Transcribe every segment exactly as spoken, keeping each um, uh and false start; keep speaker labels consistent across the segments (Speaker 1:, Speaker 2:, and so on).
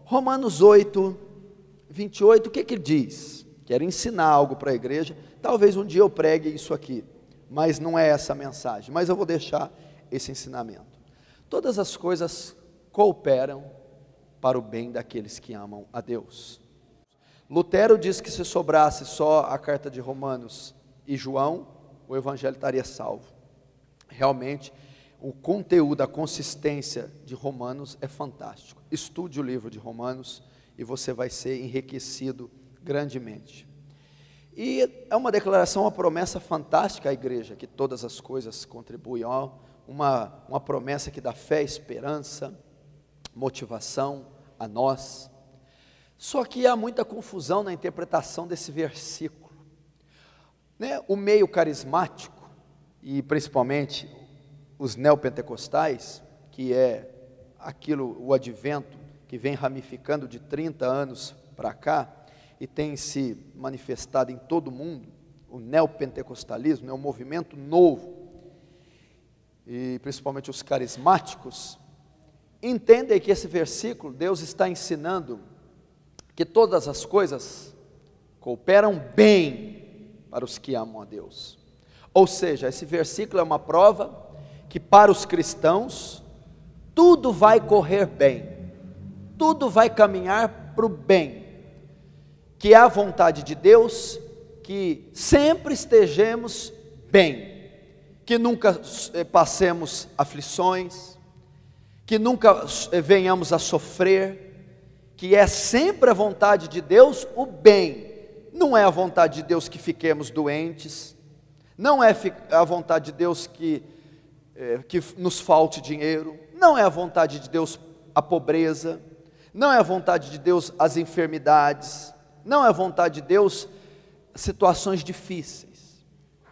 Speaker 1: Romanos oito, vinte e oito, o que que diz? Quero ensinar algo para a igreja, talvez um dia eu pregue isso aqui, mas não é essa a mensagem, mas eu vou deixar esse ensinamento. Todas as coisas cooperam para o bem daqueles que amam a Deus. Lutero diz que se sobrasse só a carta de Romanos e João, o evangelho estaria salvo. Realmente, o conteúdo, a consistência de Romanos é fantástico. Estude o livro de Romanos e você vai ser enriquecido grandemente. E é uma declaração, uma promessa fantástica à igreja, que todas as coisas contribuem, ó, uma, uma promessa que dá fé, esperança, motivação a nós. Só que há muita confusão na interpretação desse versículo, né? O meio carismático, e principalmente os neopentecostais, que é aquilo, o advento, que vem ramificando de trinta anos para cá, e tem se manifestado em todo o mundo, o neopentecostalismo, é um movimento novo, e principalmente os carismáticos, entendem que esse versículo, Deus está ensinando que todas as coisas cooperam bem para os que amam a Deus. Ou seja, esse versículo é uma prova que para os cristãos tudo vai correr bem, tudo vai caminhar para o bem, que é a vontade de Deus, que sempre estejamos bem, que nunca passemos aflições, que nunca venhamos a sofrer, que é sempre a vontade de Deus o bem. Não é a vontade de Deus que fiquemos doentes, não é a vontade de Deus que, é, que nos falte dinheiro, não é a vontade de Deus a pobreza, não é a vontade de Deus as enfermidades, não é a vontade de Deus situações difíceis.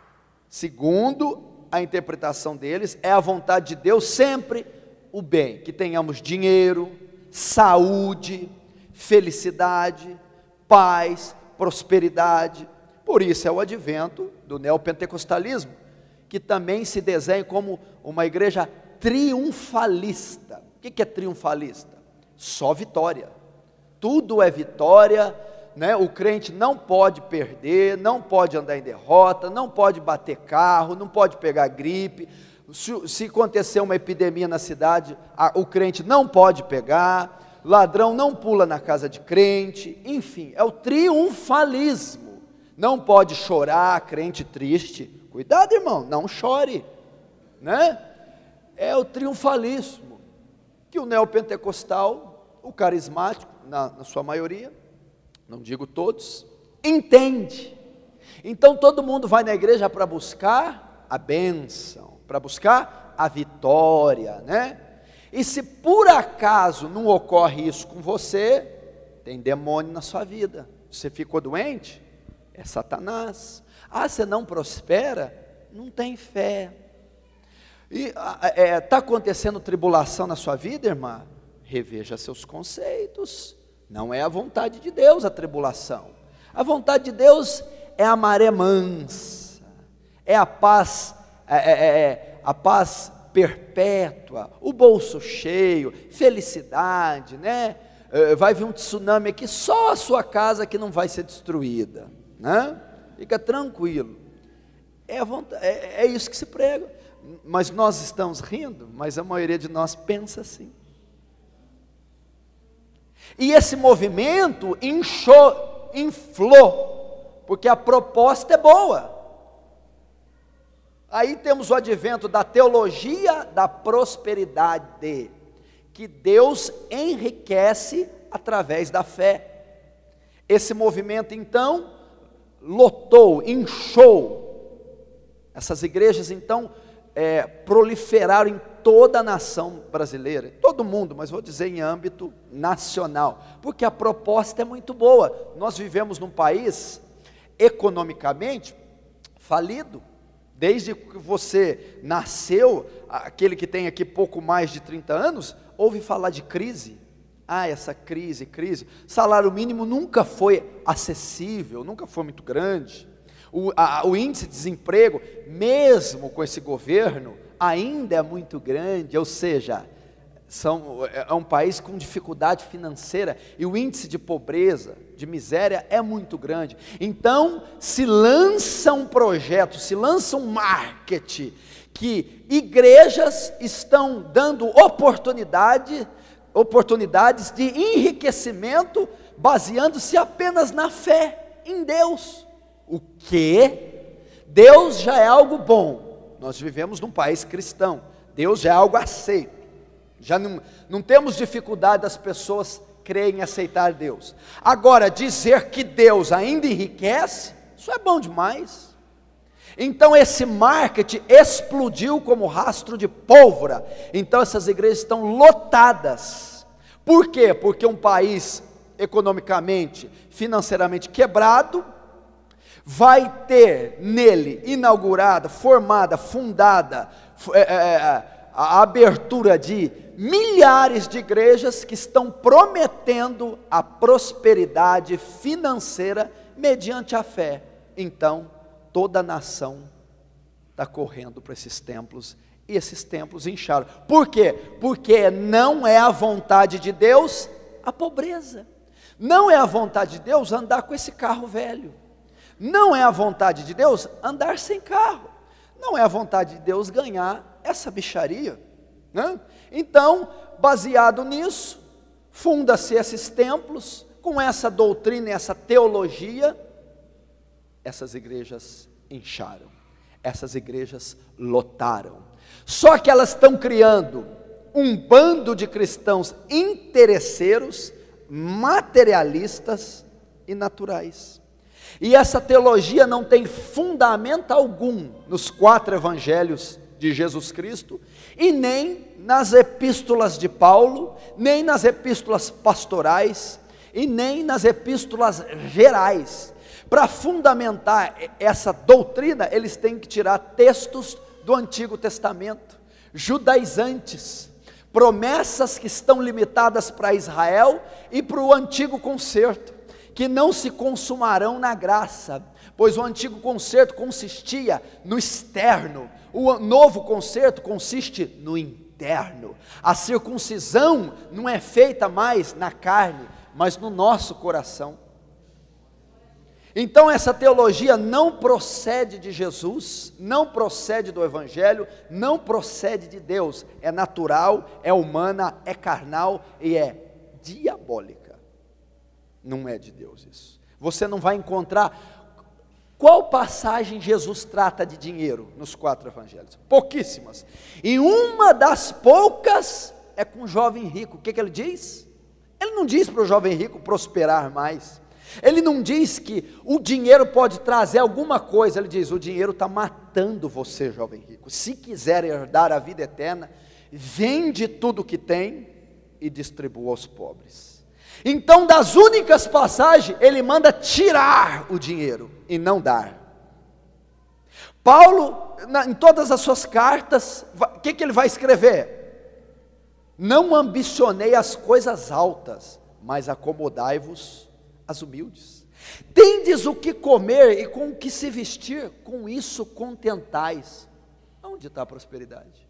Speaker 1: Segundo a interpretação deles, é a vontade de Deus sempre o bem, que tenhamos dinheiro, saúde, felicidade, paz, prosperidade. Por isso é o advento do neopentecostalismo, que também se desenha como uma igreja triunfalista. O que é triunfalista? Só vitória, tudo é vitória, né? O crente não pode perder, não pode andar em derrota, não pode bater carro, não pode pegar gripe. Se, se acontecer uma epidemia na cidade, a, o crente não pode pegar, ladrão não pula na casa de crente, enfim, é o triunfalismo. Não pode chorar, crente triste, cuidado irmão, não chore, né? É o triunfalismo, que o neopentecostal, o carismático, na, na sua maioria, não digo todos, entende. Então todo mundo vai na igreja para buscar a bênção, para buscar a vitória, né? E se por acaso não ocorre isso com você, tem demônio na sua vida. Você ficou doente? É Satanás. Ah, você não prospera? Não tem fé. E está é, tá acontecendo tribulação na sua vida, irmã? Reveja seus conceitos. Não é a vontade de Deus a tribulação. A vontade de Deus é a maré mansa, é a paz, é, é, é, a paz perpétua, o bolso cheio, felicidade, né? Vai vir um tsunami aqui, só a sua casa que não vai ser destruída, né? Fica tranquilo. É, a vontade, é, é isso que se prega. Mas nós estamos rindo, mas a maioria de nós pensa assim. E esse movimento inchou, inflou, porque a proposta é boa. Aí temos o advento da teologia da prosperidade, que Deus enriquece através da fé. Esse movimento então lotou, inchou. Essas igrejas então é, proliferaram em toda a nação brasileira, em todo mundo, mas vou dizer em âmbito nacional, porque a proposta é muito boa. Nós vivemos num país economicamente falido. Desde que você nasceu, aquele que tem aqui pouco mais de trinta anos, ouve falar de crise. Ah, essa crise, crise. Salário mínimo nunca foi acessível, nunca foi muito grande. O, a, o índice de desemprego, mesmo com esse governo, ainda é muito grande. Ou seja, são, é um país com dificuldade financeira e o índice de pobreza, de miséria é muito grande. Então se lança um projeto, se lança um marketing, que igrejas estão dando oportunidade, oportunidades de enriquecimento, baseando-se apenas na fé em Deus. O que? Deus já é algo bom, nós vivemos num país cristão, Deus já é algo aceito, já não, não temos dificuldade das pessoas crerem em aceitar Deus. Agora, dizer que Deus ainda enriquece, isso é bom demais. Então esse marketing explodiu como rastro de pólvora, então essas igrejas estão lotadas. Por quê? Porque um país economicamente, financeiramente quebrado, vai ter nele inaugurada, formada, fundada, é, é, a abertura de milhares de igrejas que estão prometendo a prosperidade financeira mediante a fé. Então toda a nação está correndo para esses templos, e esses templos incharam. Por quê? Porque não é a vontade de Deus a pobreza, não é a vontade de Deus andar com esse carro velho, não é a vontade de Deus andar sem carro, não é a vontade de Deus ganhar essa bicharia, né? Então, baseado nisso, funda-se esses templos, com essa doutrina e essa teologia, essas igrejas incharam, essas igrejas lotaram. Só que elas estão criando um bando de cristãos interesseiros, materialistas e naturais. E essa teologia não tem fundamento algum nos quatro evangelhos de Jesus Cristo, e nem nas epístolas de Paulo, nem nas epístolas pastorais, e nem nas epístolas gerais. Para fundamentar essa doutrina, eles têm que tirar textos do Antigo Testamento, judaizantes, promessas que estão limitadas para Israel e para o antigo concerto, que não se consumarão na graça, pois o antigo concerto consistia no externo, o novo concerto consiste no interno. A circuncisão não é feita mais na carne, mas no nosso coração. Então essa teologia não procede de Jesus, não procede do Evangelho, não procede de Deus, é natural, é humana, é carnal e é diabólica, não é de Deus isso. Você não vai encontrar. Qual passagem Jesus trata de dinheiro nos quatro evangelhos? Pouquíssimas, e uma das poucas é com o jovem rico. O que, que ele diz? Ele não diz para o jovem rico prosperar mais, ele não diz que o dinheiro pode trazer alguma coisa, ele diz: o dinheiro está matando você, jovem rico. Se quiser herdar a vida eterna, vende tudo que tem e distribua aos pobres. Então, das únicas passagens, ele manda tirar o dinheiro e não dar. Paulo, na, em todas as suas cartas, o que, que ele vai escrever? Não ambicionei as coisas altas, mas acomodai-vos as humildes. Tendes o que comer e com o que se vestir, com isso contentais. Onde está a prosperidade?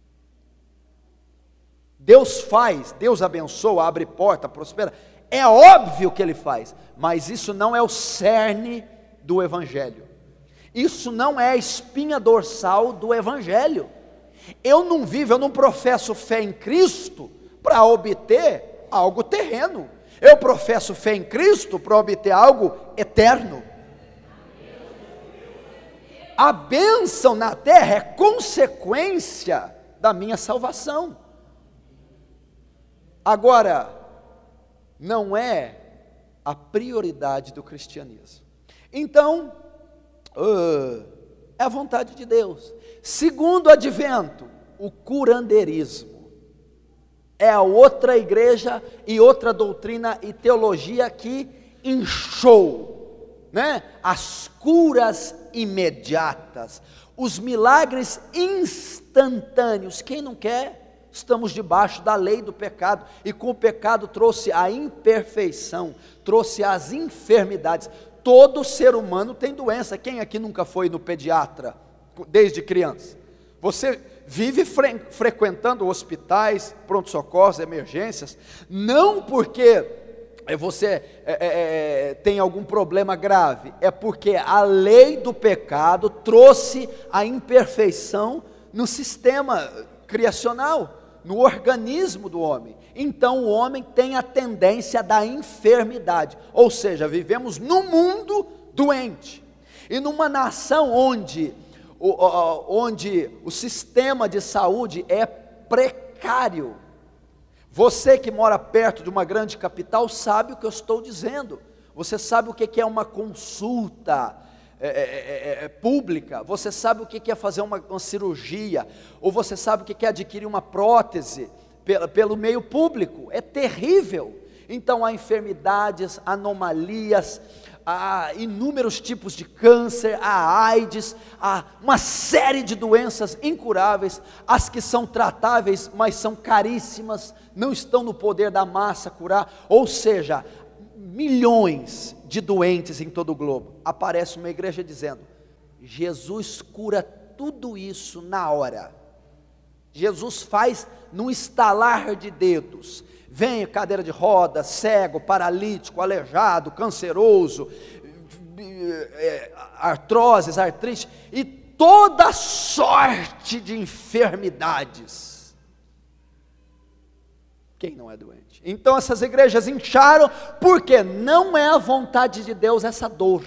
Speaker 1: Deus faz, Deus abençoa, abre porta, prospera, é óbvio que Ele faz, mas isso não é o cerne do Evangelho, isso não é a espinha dorsal do Evangelho. Eu não vivo, eu não professo fé em Cristo para obter algo terreno, eu professo fé em Cristo para obter algo eterno. A bênção na terra é consequência da minha salvação. Agora, não é a prioridade do cristianismo. Então, uh, é a vontade de Deus. Segundo o advento, o curandeirismo é a outra igreja e outra doutrina e teologia que inchou, né? As curas imediatas, os milagres instantâneos. Quem não quer? Estamos debaixo da lei do pecado, e com o pecado trouxe a imperfeição, trouxe as enfermidades. Todo ser humano tem doença. Quem aqui nunca foi no pediatra desde criança? Você vive fre frequentando hospitais, pronto-socorros, emergências, não porque você é, é, tem algum problema grave, é porque a lei do pecado trouxe a imperfeição no sistema criacional, no organismo do homem. Então o homem tem a tendência da enfermidade, ou seja, vivemos num mundo doente, e numa nação onde o, onde o sistema de saúde é precário. Você que mora perto de uma grande capital sabe o que eu estou dizendo. Você sabe o que é uma consulta é, é, é, pública, você sabe o que é fazer uma, uma cirurgia, ou você sabe o que é adquirir uma prótese pelo, pelo meio público. É terrível. Então há enfermidades, anomalias, há inúmeros tipos de câncer, há AIDS, há uma série de doenças incuráveis, as que são tratáveis, mas são caríssimas, não estão no poder da massa curar, ou seja, milhões de doentes em todo o globo. Aparece uma igreja dizendo, Jesus cura tudo isso na hora, Jesus faz num estalar de dedos. Vem cadeira de roda, cego, paralítico, aleijado, canceroso, artroses, artrite e toda sorte de enfermidades. Quem não é doente? Então essas igrejas incharam, porque não é a vontade de Deus essa dor,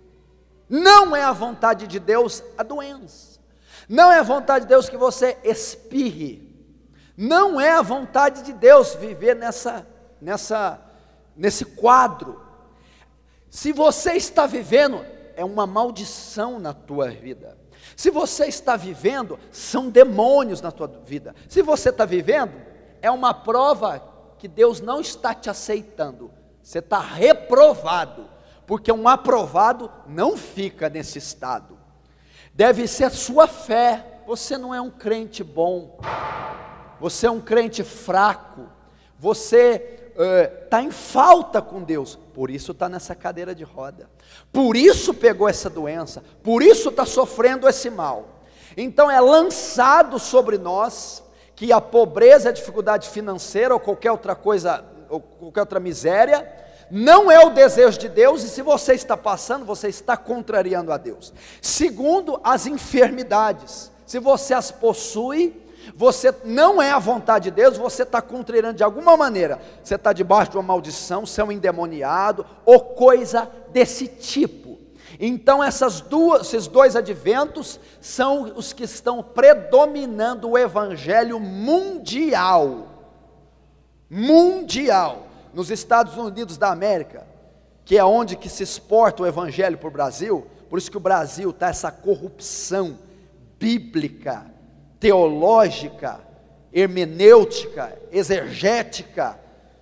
Speaker 1: não é a vontade de Deus a doença, não é a vontade de Deus que você espirre. Não é a vontade de Deus viver nessa, nessa, nesse quadro. Se você está vivendo, é uma maldição na tua vida. Se você está vivendo, são demônios na tua vida. Se você está vivendo, é uma prova que Deus não está te aceitando. Você está reprovado, porque um aprovado não fica nesse estado. Deve ser a sua fé. Você não é um crente bom. Você é um crente fraco, você está uh, em falta com Deus, por isso está nessa cadeira de roda, por isso pegou essa doença, por isso está sofrendo esse mal. Então é lançado sobre nós, que a pobreza, a dificuldade financeira, ou qualquer outra coisa, ou qualquer outra miséria, não é o desejo de Deus, e se você está passando, você está contrariando a Deus. Segundo, as enfermidades, se você as possui, você não é a vontade de Deus, você está contrariando de alguma maneira, você está debaixo de uma maldição, você é um endemoniado, ou coisa desse tipo. Então essas duas, esses dois adventos, são os que estão predominando o evangelho mundial, mundial, nos Estados Unidos da América, que é onde que se exporta o evangelho para o Brasil, por isso que o Brasil está essa corrupção bíblica, teológica, hermenêutica, exegética,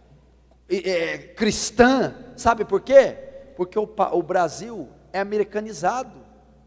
Speaker 1: é, cristã. Sabe por quê? Porque o, o Brasil é americanizado,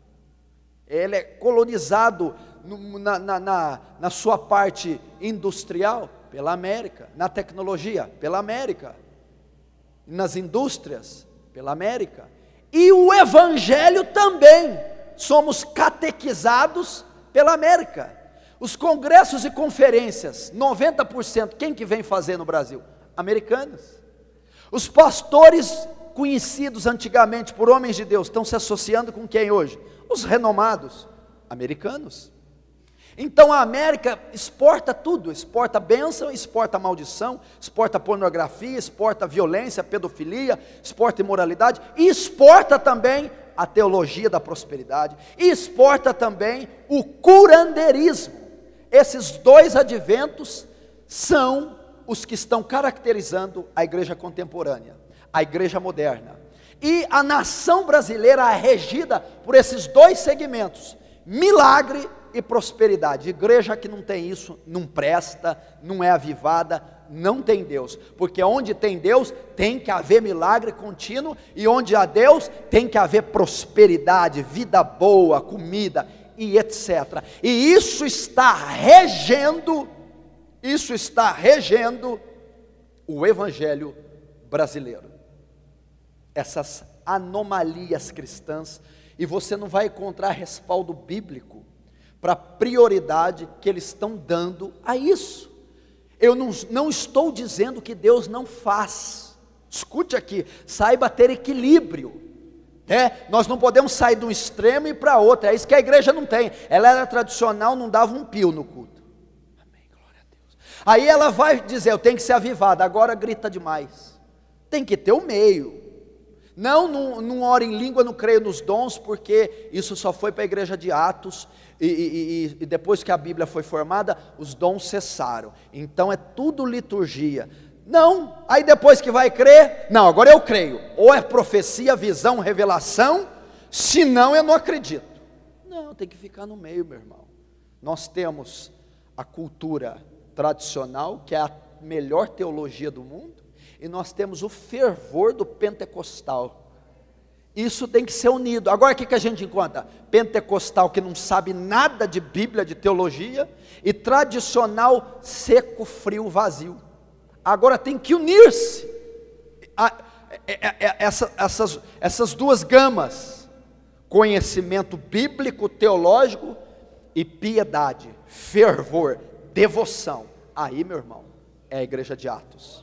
Speaker 1: ele é colonizado no, na, na, na, na sua parte industrial pela América, na tecnologia pela América, nas indústrias pela América, e o evangelho também, somos catequizados pela América. Os congressos e conferências, noventa por cento, quem que vem fazer no Brasil? Americanos. Os pastores conhecidos antigamente por homens de Deus, estão se associando com quem hoje? Os renomados americanos. Então a América exporta tudo, exporta bênção, exporta maldição, exporta pornografia, exporta violência, pedofilia, exporta imoralidade, e exporta também a teologia da prosperidade, e exporta também o curandeirismo. Esses dois adventos são os que estão caracterizando a igreja contemporânea, a igreja moderna. E a nação brasileira é regida por esses dois segmentos, milagre e prosperidade. Igreja que não tem isso, não presta, não é avivada, não tem Deus, porque onde tem Deus, tem que haver milagre contínuo, e onde há Deus, tem que haver prosperidade, vida boa, comida, e etcétera. E isso está regendo, isso está regendo o evangelho brasileiro. Essas anomalias cristãs, e você não vai encontrar respaldo bíblico para a prioridade que eles estão dando a isso. Eu não, não estou dizendo que Deus não faz, escute aqui, saiba ter equilíbrio. É, nós não podemos sair de um extremo e ir para outro, é isso que a igreja não tem. Ela era tradicional, não dava um pio no culto. Amém, glória a Deus. Aí ela vai dizer, eu tenho que ser avivada, agora grita demais. Tem que ter o meio. Não, não, não oro em língua, não creio nos dons, porque isso só foi para a igreja de Atos, e, e, e depois que a Bíblia foi formada, os dons cessaram. Então é tudo liturgia. Não, aí depois que vai crer, não, agora eu creio, ou é profecia, visão, revelação, senão eu não acredito. Não, tem que ficar no meio, meu irmão. Nós temos a cultura tradicional, que é a melhor teologia do mundo, e nós temos o fervor do pentecostal. Isso tem que ser unido. Agora o que, que a gente encontra? Pentecostal que não sabe nada de Bíblia, de teologia, e tradicional seco, frio, vazio. Agora tem que unir-se essa, essas, essas duas gamas, conhecimento bíblico, teológico e piedade, fervor, devoção. Aí, meu irmão, é a igreja de Atos.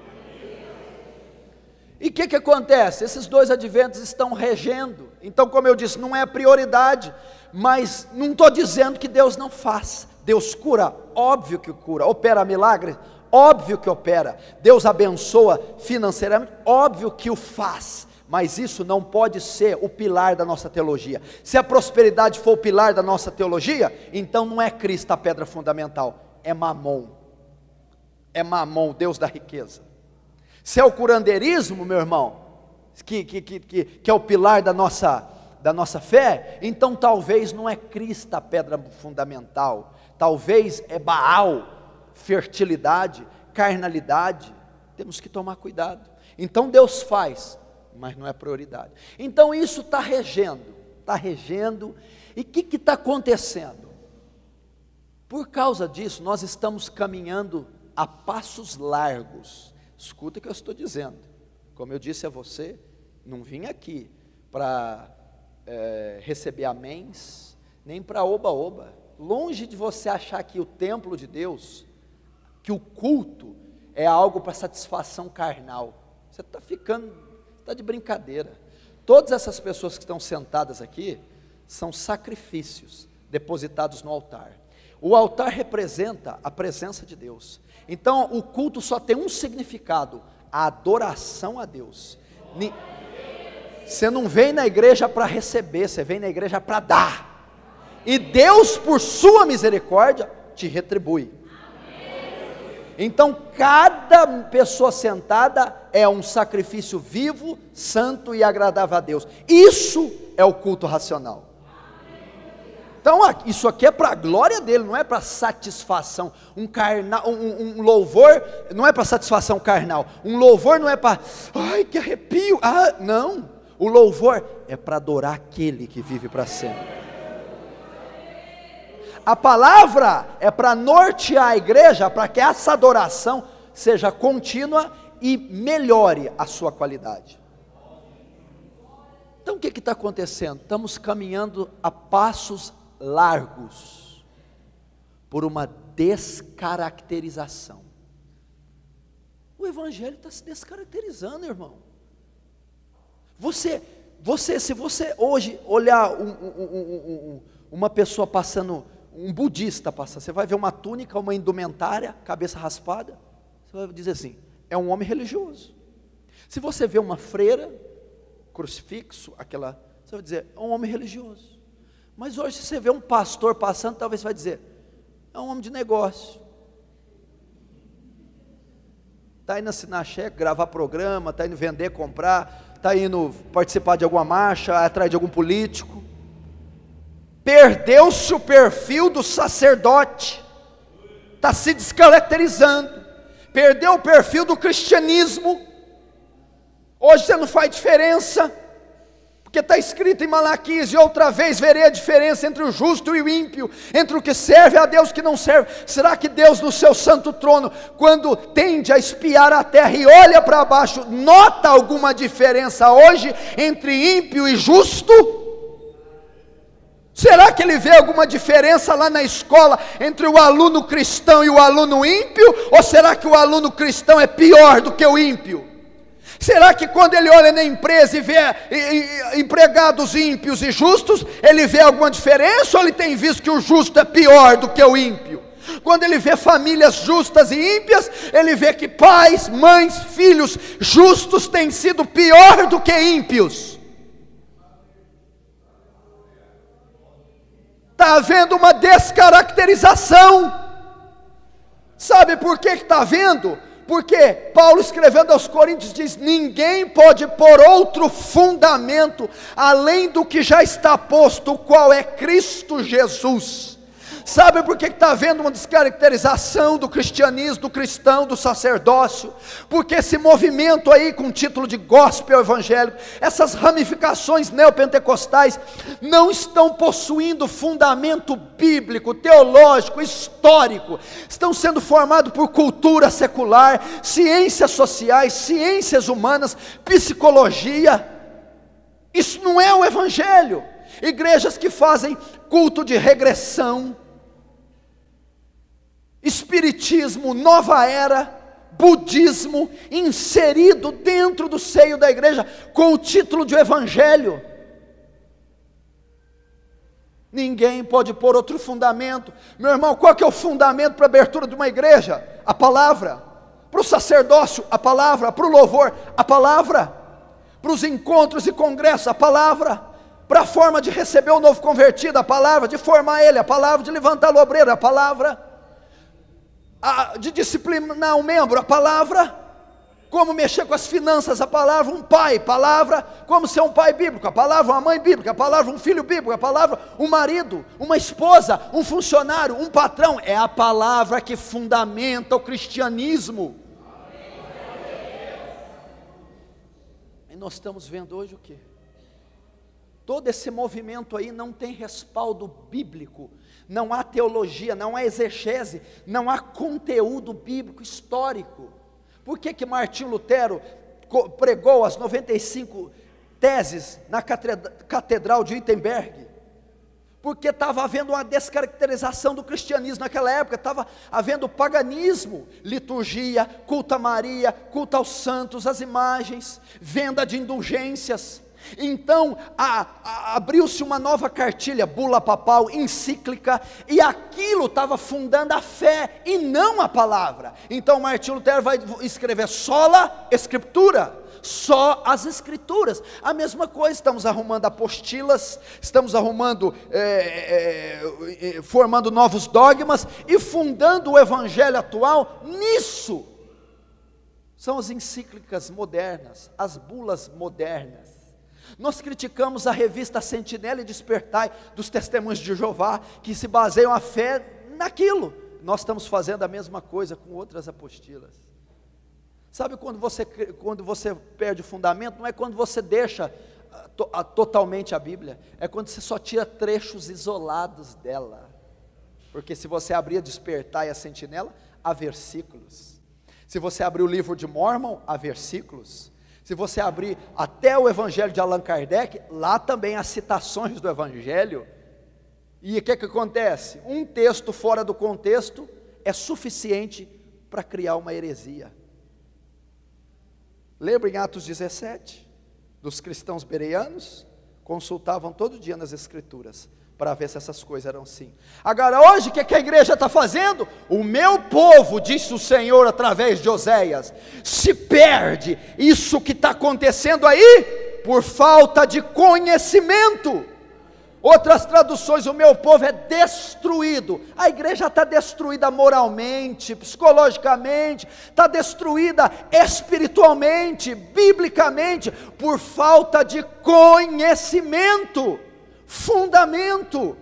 Speaker 1: E o que, que acontece? Esses dois adventos estão regendo. Então, como eu disse, não é prioridade, mas não estou dizendo que Deus não faz. Deus cura, óbvio que cura. Opera milagre, óbvio que opera. Deus abençoa financeiramente, óbvio que o faz. Mas isso não pode ser o pilar da nossa teologia. Se a prosperidade for o pilar da nossa teologia, então não é Cristo a pedra fundamental, é Mamon. É Mamon, Deus da riqueza. Se é o curandeirismo, meu irmão, que, que, que, que, que é o pilar da nossa, da nossa fé, então talvez não é Cristo a pedra fundamental, talvez é Baal, fertilidade, carnalidade. Temos que tomar cuidado. Então Deus faz, mas não é prioridade. Então isso está regendo, está regendo, e o que está acontecendo? Por causa disso, nós estamos caminhando a passos largos. Escuta o que eu estou dizendo. Como eu disse a você, não vim aqui para é, receber améns, nem para oba-oba. Longe de você achar que o templo de Deus, que o culto é algo para satisfação carnal. Você está ficando, está de brincadeira. Todas essas pessoas que estão sentadas aqui, são sacrifícios depositados no altar. O altar representa a presença de Deus. Então o culto só tem um significado: a adoração a Deus. Você não vem na igreja para receber, você vem na igreja para dar. E Deus, por sua misericórdia, te retribui. Então cada pessoa sentada é um sacrifício vivo, santo e agradável a Deus. Isso é o culto racional. Então isso aqui é para a glória dele, não é para satisfação. Um, carnal, um, um louvor não é para satisfação carnal. Um louvor não é para, ai que arrepio, ah, não. O louvor é para adorar aquele que vive para sempre. A palavra é para nortear a igreja, para que essa adoração seja contínua e melhore a sua qualidade. Então o que está acontecendo? Estamos caminhando a passos largos por uma descaracterização. O evangelho está se descaracterizando, irmão. Você, você, se você hoje olhar um, um, um, um, uma pessoa passando, um budista passando, você vai ver uma túnica, uma indumentária, cabeça raspada, você vai dizer assim, é um homem religioso. Se você vê uma freira, crucifixo, aquela, você vai dizer, é um homem religioso. Mas hoje se você vê um pastor passando, talvez você vai dizer, é um homem de negócio. Está indo assinar cheque, gravar programa, está indo vender, comprar, está indo participar de alguma marcha, atrás de algum político. Perdeu-se o perfil do sacerdote, está se descaracterizando, perdeu o perfil do cristianismo. Hoje você não faz diferença, porque está escrito em Malaquias, e outra vez verei a diferença entre o justo e o ímpio, entre o que serve a Deus e o que não serve. Será que Deus no seu santo trono, quando tende a espiar a terra e olha para baixo, nota alguma diferença hoje entre ímpio e justo? Será que ele vê alguma diferença lá na escola entre o aluno cristão e o aluno ímpio? Ou será que o aluno cristão é pior do que o ímpio? Será que quando ele olha na empresa e vê empregados ímpios e justos, ele vê alguma diferença, ou ele tem visto que o justo é pior do que o ímpio? Quando ele vê famílias justas e ímpias, ele vê que pais, mães, filhos justos têm sido pior do que ímpios. Está havendo uma descaracterização. Sabe por que está havendo? Porque Paulo, escrevendo aos Coríntios, diz: ninguém pode pôr outro fundamento além do que já está posto, o qual é Cristo Jesus. Sabe por que está havendo uma descaracterização do cristianismo, do cristão, do sacerdócio? Porque esse movimento aí com o título de gospel evangélico, essas ramificações neopentecostais, não estão possuindo fundamento bíblico, teológico, histórico. Estão sendo formados por cultura secular, ciências sociais, ciências humanas, psicologia. Isso não é o evangelho. Igrejas que fazem culto de regressão, espiritismo, nova era, budismo, inserido dentro do seio da igreja, com o título de evangelho. Ninguém pode pôr outro fundamento. Meu irmão, qual que é o fundamento para a abertura de uma igreja? A palavra. Para o sacerdócio, a palavra. Para o louvor, a palavra. Para os encontros e congressos, a palavra. Para a forma de receber o novo convertido, a palavra. De formar ele, a palavra. De levantar o obreiro, a palavra. A, de disciplinar um membro, a palavra. Como mexer com as finanças, a palavra. Um pai, palavra. Como ser um pai bíblico, a palavra. Uma mãe bíblica, a palavra. Um filho bíblico, a palavra. Um marido, uma esposa, um funcionário, um patrão. É a palavra que fundamenta o cristianismo. E nós estamos vendo hoje o quê? Todo esse movimento aí não tem respaldo bíblico, não há teologia, não há exegese, não há conteúdo bíblico histórico. Por que que Martinho Lutero pregou as noventa e cinco teses na catedral de Wittenberg? Porque estava havendo uma descaracterização do cristianismo naquela época, estava havendo paganismo, liturgia, culto a Maria, culto aos santos, as imagens, venda de indulgências. Então abriu-se uma nova cartilha, bula papal, encíclica, e aquilo estava fundando a fé e não a palavra. Então Martinho Lutero vai escrever sola escritura, só as escrituras. A mesma coisa, estamos arrumando apostilas, estamos arrumando, é, é, formando novos dogmas e fundando o evangelho atual nisso. São as encíclicas modernas, as bulas modernas. Nós criticamos a revista Sentinela e Despertai dos Testemunhos de Jeová, que se baseiam a fé naquilo. Nós estamos fazendo a mesma coisa com outras apostilas. Sabe quando você, quando você perde o fundamento? Não é quando você deixa to, a, totalmente a Bíblia, é quando você só tira trechos isolados dela. Porque se você abrir a Despertai e a Sentinela, há versículos. Se você abrir o livro de Mormon, há versículos. Se você abrir até o Evangelho de Allan Kardec, lá também há citações do Evangelho. E o que que acontece? Um texto fora do contexto é suficiente para criar uma heresia. Lembra em Atos dezessete? Dos cristãos bereanos? Consultavam todo dia nas escrituras, para ver se essas coisas eram assim. Agora hoje, o que, que a igreja está fazendo? O meu povo, disse o Senhor através de Oséias, se perde. Isso que está acontecendo aí, por falta de conhecimento. Outras traduções, o meu povo é destruído. A igreja está destruída moralmente, psicologicamente, está destruída espiritualmente, biblicamente, por falta de conhecimento. Fundamento.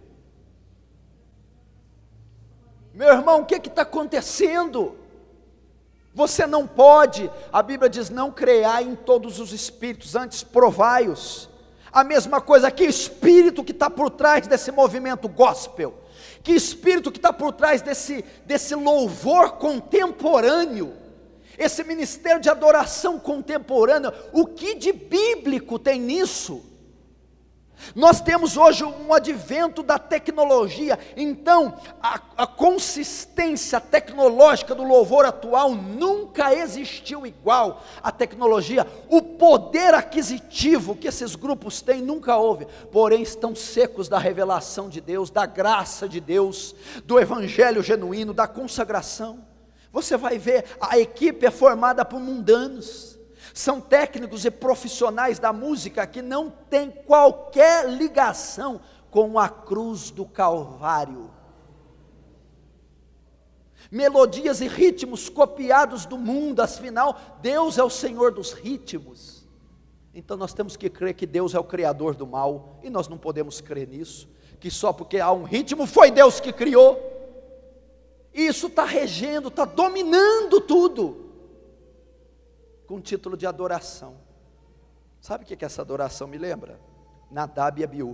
Speaker 1: Meu irmão, o que está acontecendo? Você não pode, a Bíblia diz, não crear em todos os espíritos, antes provai-os. A mesma coisa, que espírito que está por trás desse movimento gospel? Que espírito que está por trás desse, desse louvor contemporâneo? Esse ministério de adoração contemporânea, o que de bíblico tem nisso? Nós temos hoje um advento da tecnologia, então a, a consistência tecnológica do louvor atual nunca existiu igual à tecnologia. O poder aquisitivo que esses grupos têm nunca houve, porém estão secos da revelação de Deus, da graça de Deus, do evangelho genuíno, da consagração. Você vai ver, a equipe é formada por mundanos, são técnicos e profissionais da música que não têm qualquer ligação com a cruz do Calvário. Melodias e ritmos copiados do mundo, afinal, Deus é o Senhor dos ritmos. Então nós temos que crer que Deus é o criador do mal, e nós não podemos crer nisso, que só porque há um ritmo foi Deus que criou. Isso está regendo, está dominando tudo, com título de adoração. Sabe o que, que essa adoração me lembra? Nadab e Abiú,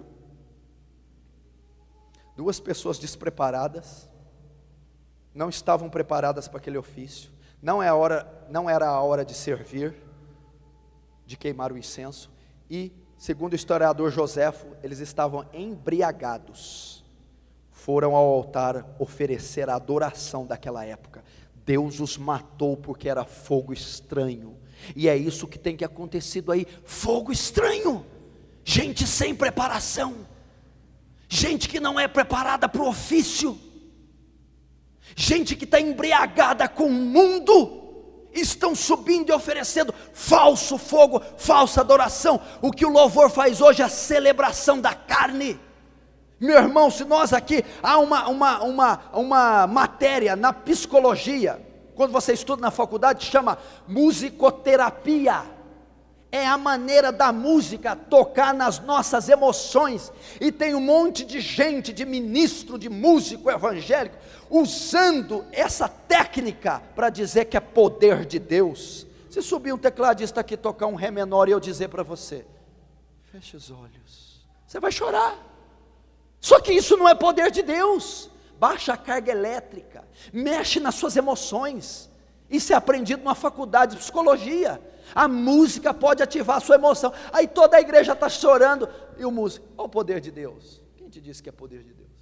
Speaker 1: duas pessoas despreparadas, não estavam preparadas para aquele ofício, não, é a hora, não era a hora de servir, de queimar o incenso, e segundo o historiador Joséfo, eles estavam embriagados, foram ao altar oferecer a adoração daquela época. Deus os matou porque era fogo estranho, e é isso que tem que acontecido aí, fogo estranho, gente sem preparação, gente que não é preparada para o ofício, gente que está embriagada com o mundo, estão subindo e oferecendo falso fogo, falsa adoração. O que o louvor faz hoje é a celebração da carne. Meu irmão, se nós aqui, há uma, uma, uma, uma matéria na psicologia, quando você estuda na faculdade, chama musicoterapia, é a maneira da música tocar nas nossas emoções, e tem um monte de gente, de ministro, de músico evangélico, usando essa técnica, para dizer que é poder de Deus. Se subir um tecladista aqui, tocar um ré menor, e eu dizer para você, feche os olhos, você vai chorar, só que isso não é poder de Deus. Baixa a carga elétrica, mexe nas suas emoções, isso é aprendido numa faculdade de psicologia. A música pode ativar a sua emoção, aí toda a igreja está chorando, e o músico, olha o poder de Deus. Quem te disse que é poder de Deus?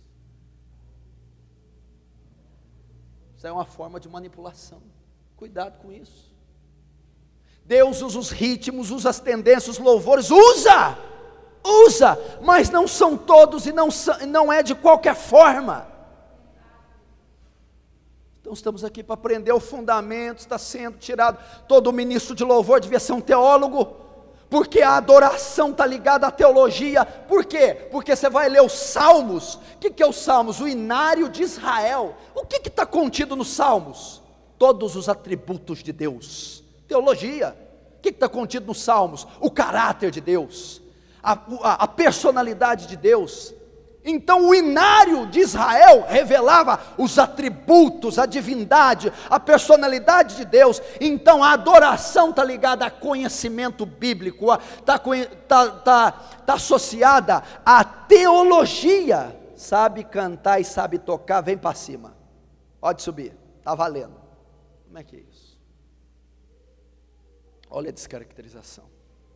Speaker 1: Isso é uma forma de manipulação, cuidado com isso. Deus usa os ritmos, usa as tendências, os louvores, usa, usa, mas não são todos, e não, não é de qualquer forma. Então estamos aqui para aprender o fundamento, está sendo tirado, todo ministro de louvor devia ser um teólogo, porque a adoração está ligada à teologia. Por quê? Porque você vai ler os salmos. O que, que é os salmos? O inário de Israel. O que está contido nos salmos? Todos os atributos de Deus, teologia. O que está contido nos salmos? O caráter de Deus, a, a, a personalidade de Deus. Então o inário de Israel revelava os atributos, a divindade, a personalidade de Deus. Então a adoração está ligada a conhecimento bíblico, está tá, tá, tá associada à teologia. Sabe cantar e sabe tocar, vem para cima, pode subir, está valendo. Como é que é isso? Olha a descaracterização.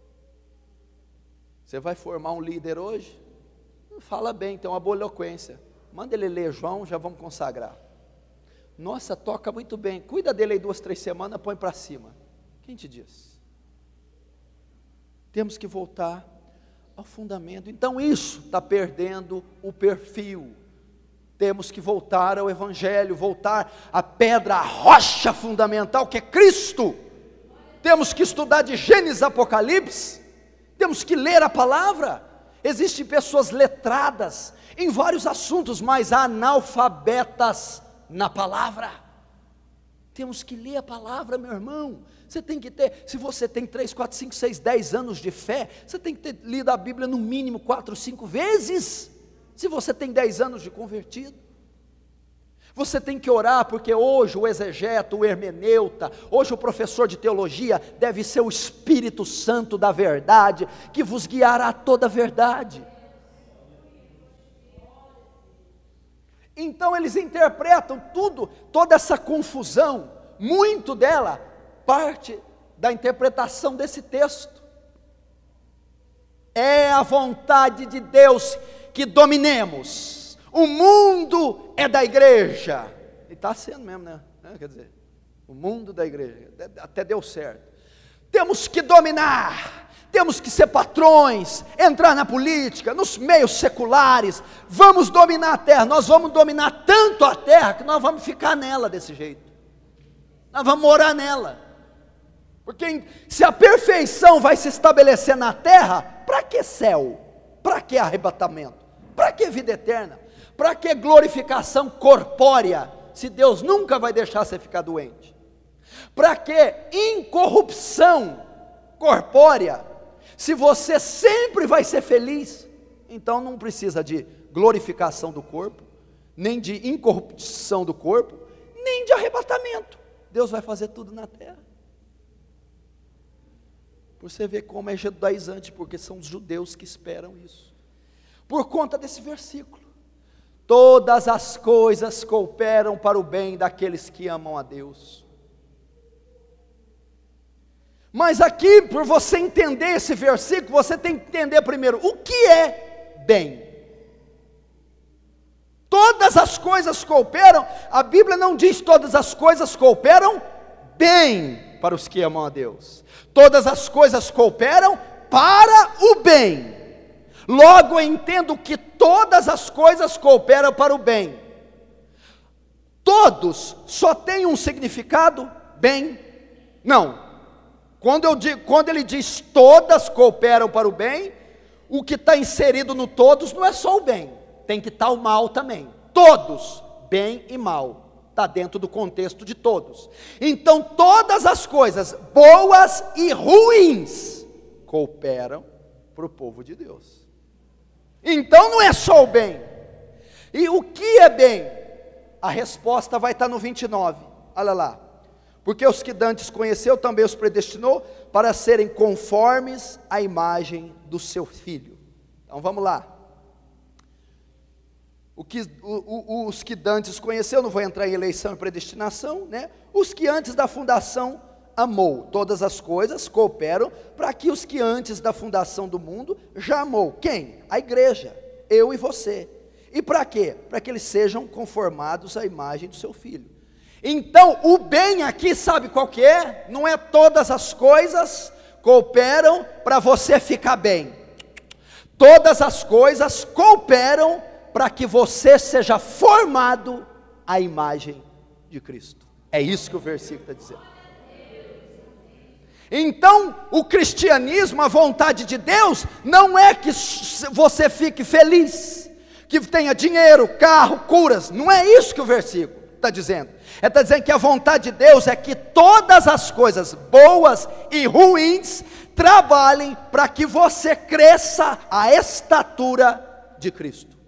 Speaker 1: Você vai formar um líder hoje? Fala bem, tem uma boa eloquência, manda ele ler João, já vamos consagrar. Nossa, toca muito bem, cuida dele aí duas, três semanas, põe para cima. Quem te diz? Temos que voltar ao fundamento. Então isso está perdendo o perfil. Temos que voltar ao evangelho, voltar à pedra, à rocha fundamental que é Cristo. Temos que estudar de Gênesis a Apocalipse, temos que ler a palavra. Existem pessoas letradas em vários assuntos, mas analfabetas na palavra. Temos que ler a palavra, meu irmão. Você tem que ter, se você tem três, quatro, cinco, seis, dez anos de fé, você tem que ter lido a Bíblia no mínimo quatro, cinco vezes. Se você tem dez anos de convertido, você tem que orar, porque hoje o exegeta, o hermeneuta, hoje o professor de teologia deve ser o Espírito Santo da verdade, que vos guiará a toda a verdade. Então eles interpretam tudo, toda essa confusão, muito dela parte da interpretação desse texto. É a vontade de Deus que dominemos. O mundo é da igreja. E está sendo mesmo, né? Quer dizer, o mundo da igreja. Até deu certo. Temos que dominar. Temos que ser patrões, entrar na política, nos meios seculares. Vamos dominar a terra. Nós vamos dominar tanto a terra que nós vamos ficar nela desse jeito. Nós vamos morar nela. Porque se a perfeição vai se estabelecer na terra, para que céu? Para que arrebatamento? Para que vida eterna? Para que glorificação corpórea? Se Deus nunca vai deixar você ficar doente? Para que incorrupção corpórea? Se você sempre vai ser feliz, então não precisa de glorificação do corpo, nem de incorrupção do corpo, nem de arrebatamento. Deus vai fazer tudo na terra. Por você ver como é judaizante, porque são os judeus que esperam isso. Por conta desse versículo. Todas as coisas cooperam para o bem daqueles que amam a Deus. Mas aqui, por você entender esse versículo, você tem que entender primeiro, o que é bem? Todas as coisas cooperam, a Bíblia não diz todas as coisas cooperam bem para os que amam a Deus. Todas as coisas cooperam para o bem. Logo eu entendo que todas as coisas cooperam para o bem. Todos só tem um significado bem? Não. Quando, eu digo, quando ele diz todas cooperam para o bem, o que está inserido no todos não é só o bem, tem que estar o mal também. Todos, bem e mal, está dentro do contexto de todos. Então todas as coisas boas e ruins cooperam para o povo de Deus. Então não é só o bem. E o que é bem? A resposta vai estar no vinte e nove, olha lá. Porque os que dantes conheceu, também os predestinou para serem conformes à imagem do seu Filho. Então vamos lá. O que, o, o, os que dantes conheceu, não vou entrar em eleição e predestinação, né? Os que antes da fundação amou, todas as coisas cooperam para que os que antes da fundação do mundo já amou. Quem? A igreja, eu e você. E para quê? Para que eles sejam conformados à imagem do seu Filho. Então, o bem aqui, sabe qual que é? Não é todas as coisas cooperam para você ficar bem. Todas as coisas cooperam para que você seja formado à imagem de Cristo. É isso que o versículo está dizendo. Então, o cristianismo, a vontade de Deus, não é que você fique feliz, que tenha dinheiro, carro, curas. Não é isso que o versículo está dizendo. É está dizendo que a vontade de Deus é que todas as coisas boas e ruins trabalhem para que você cresça à estatura de Cristo.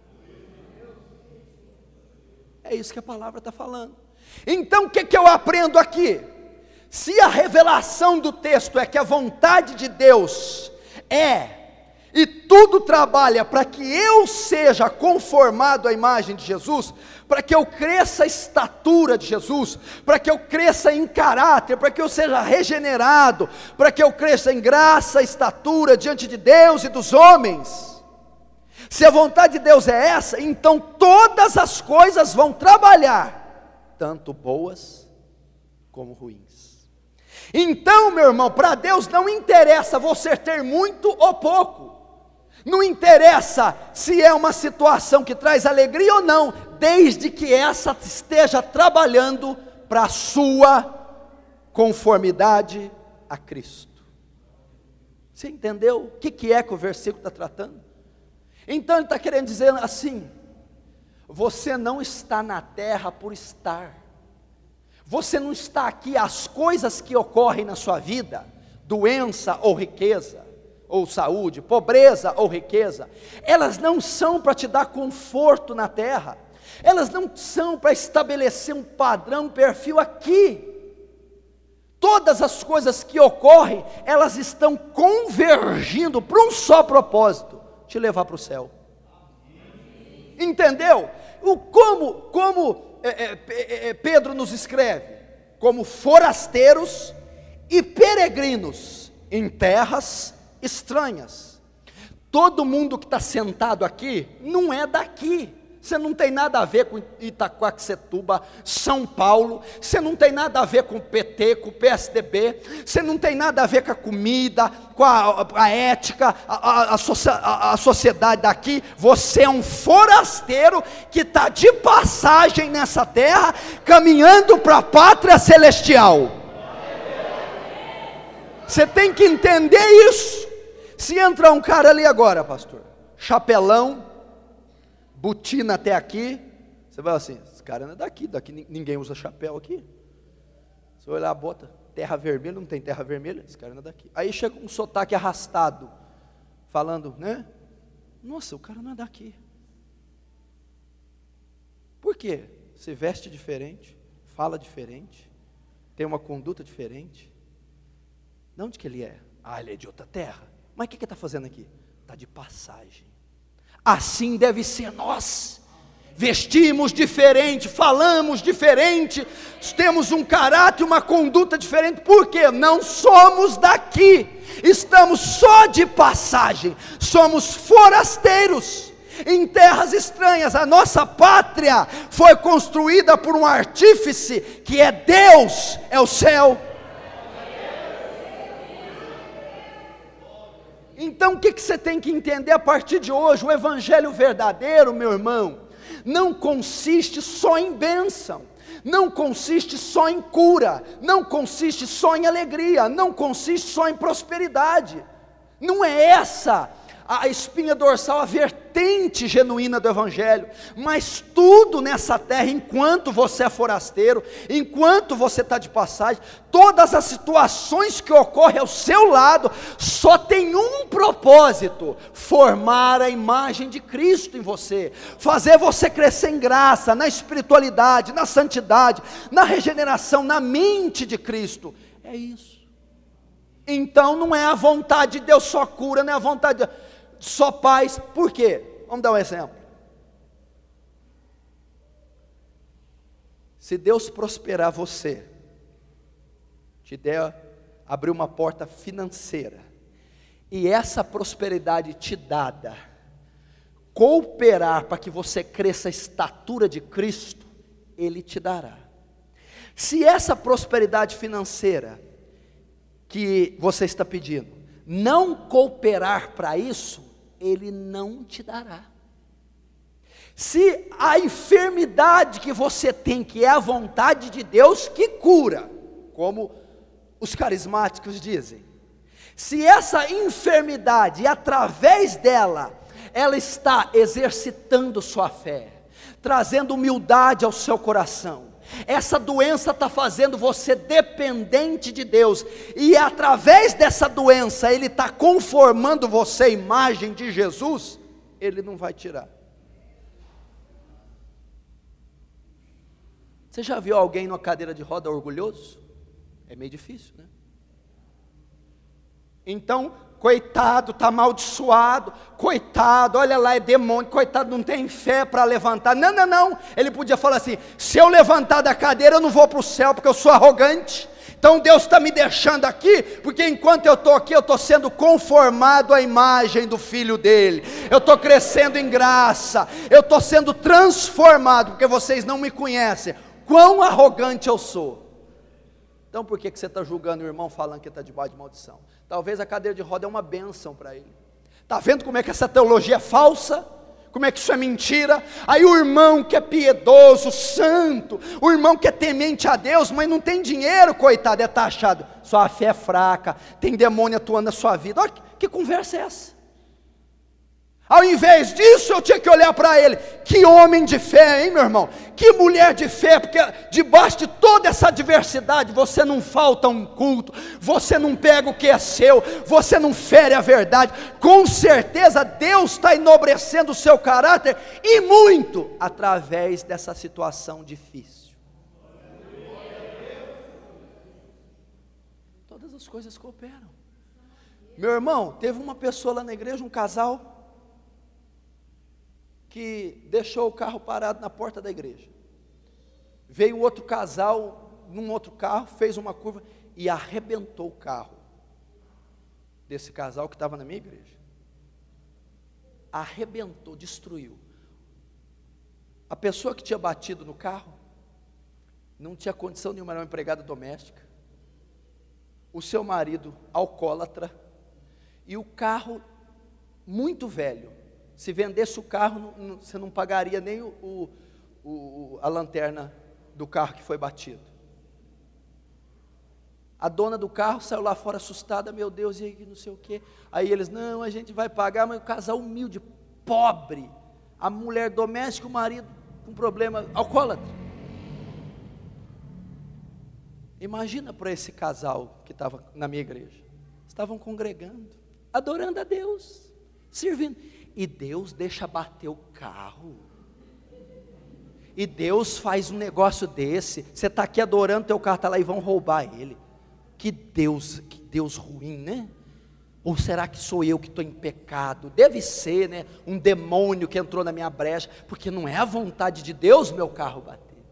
Speaker 1: É isso que a palavra está falando. Então o que, que eu aprendo aqui? Se a revelação do texto é que a vontade de Deus é, e tudo trabalha para que eu seja conformado à imagem de Jesus, para que eu cresça a estatura de Jesus, para que eu cresça em caráter, para que eu seja regenerado, para que eu cresça em graça, estatura diante de Deus e dos homens. Se a vontade de Deus é essa, então todas as coisas vão trabalhar, tanto boas como ruins. Então, meu irmão, para Deus não interessa você ter muito ou pouco. Não interessa se é uma situação que traz alegria ou não, desde que essa esteja trabalhando para a sua conformidade a Cristo. Você entendeu o que, que é que o versículo está tratando? Então ele está querendo dizer assim: você não está na terra por estar, você não está aqui, as coisas que ocorrem na sua vida, doença ou riqueza, ou saúde, pobreza ou riqueza, elas não são para te dar conforto na terra, elas não são para estabelecer um padrão, um perfil aqui. Todas as coisas que ocorrem, elas estão convergindo para um só propósito: te levar para o céu. Entendeu? O como, como é, é, é, Pedro nos escreve? Como forasteiros e peregrinos em terras estranhas.
Speaker 2: Todo mundo que está sentado aqui não é daqui. Você não tem nada a ver com Itaquaquecetuba, São Paulo. Você não tem nada a ver com o P T, com o P S D B. Você não tem nada a ver com a comida, com a, a ética, a, a, a, a sociedade daqui. Você é um forasteiro que está de passagem nessa terra, caminhando para a pátria celestial. Você tem que entender isso. Se entrar um cara ali agora, pastor, chapelão, botina até aqui, você vai assim, esse cara não é daqui, daqui ninguém usa chapéu aqui. Você vai olhar, bota terra vermelha, não tem terra vermelha, esse cara não é daqui. Aí chega um sotaque arrastado, falando, né? Nossa, o cara não é daqui. Por quê? Se veste diferente, fala diferente, tem uma conduta diferente. De onde que ele é? Ah, ele é de outra terra. Mas o que ele está fazendo aqui? Está de passagem. Assim deve ser nós. Vestimos diferente, falamos diferente, temos um caráter, uma conduta diferente. Por quê? Não somos daqui, estamos só de passagem, somos forasteiros em terras estranhas. A nossa pátria foi construída por um artífice que é Deus, é o céu. Então o que, que você tem que entender a partir de hoje? O evangelho verdadeiro, meu irmão, não consiste só em bênção, não consiste só em cura, não consiste só em alegria, não consiste só em prosperidade. Não é essa a espinha dorsal, a vertente genuína do evangelho. Mas tudo nessa terra, enquanto você é forasteiro, enquanto você está de passagem, todas as situações que ocorrem ao seu lado, só tem um propósito: formar a imagem de Cristo em você, fazer você crescer em graça, na espiritualidade, na santidade, na regeneração, na mente de Cristo. É isso. Então não é a vontade de Deus só cura, não é a vontade de Deus só paz. Por quê? Vamos dar um exemplo. Se Deus prosperar você, te der, abrir uma porta financeira, e essa prosperidade te dada, cooperar para que você cresça a estatura de Cristo, Ele te dará. Se essa prosperidade financeira que você está pedindo não cooperar para isso, Ele não te dará. Se a enfermidade que você tem, que é a vontade de Deus que cura, como os carismáticos dizem, se essa enfermidade, através dela, ela está exercitando sua fé, trazendo humildade ao seu coração, essa doença está fazendo você dependente de Deus, e através dessa doença, Ele está conformando você à imagem de Jesus, Ele não vai tirar. Você já viu alguém numa cadeira de roda orgulhoso? É meio difícil, né? Então, coitado, está amaldiçoado, coitado, olha lá, é demônio, coitado, não tem fé para levantar. Não, não, não, ele podia falar assim: se eu levantar da cadeira eu não vou para o céu, porque eu sou arrogante. Então Deus está me deixando aqui, porque enquanto eu estou aqui, eu estou sendo conformado à imagem do Filho dele, eu estou crescendo em graça, eu estou sendo transformado, porque vocês não me conhecem, quão arrogante eu sou. Então por que, que você está julgando o irmão, falando que está debaixo de maldição? Talvez a cadeira de roda é uma bênção para ele. Está vendo como é que essa teologia é falsa? Como é que isso é mentira? Aí o irmão que é piedoso, santo, o irmão que é temente a Deus, mas não tem dinheiro, coitado, é taxado. Sua fé é fraca, tem demônio atuando na sua vida. Olha que, que conversa é essa? Ao invés disso, eu tinha que olhar para ele. Que homem de fé, hein, meu irmão? Que mulher de fé, porque debaixo de toda essa adversidade, você não falta um culto, você não pega o que é seu, você não fere a verdade. Com certeza, Deus está enobrecendo o seu caráter, e muito, através dessa situação difícil. Todas as coisas cooperam. Meu irmão, teve uma pessoa lá na igreja, um casal, que deixou o carro parado na porta da igreja. Veio outro casal, num outro carro, fez uma curva e arrebentou o carro desse casal que estava na minha igreja. arrebentou, destruiu. A pessoa que tinha batido no carro não tinha condição nenhuma, era uma empregada doméstica. O seu marido, alcoólatra, e o carro muito velho. Se vendesse o carro, não, não, você não pagaria nem o, o, o, a lanterna do carro que foi batido. A dona do carro saiu lá fora assustada, meu Deus, e aí não sei o quê. Aí eles, não, a gente vai pagar, mas o casal humilde, pobre, a mulher doméstica, o marido com problema, alcoólatra. Imagina para esse casal que estava na minha igreja, estavam congregando, adorando a Deus, servindo, e Deus deixa bater o carro, e Deus faz um negócio desse, você está aqui adorando, teu carro está lá e vão roubar ele. Que Deus, que Deus ruim, né? Ou será que sou eu que estou em pecado? Deve ser, né? Um demônio que entrou na minha brecha, porque não é a vontade de Deus meu carro bater,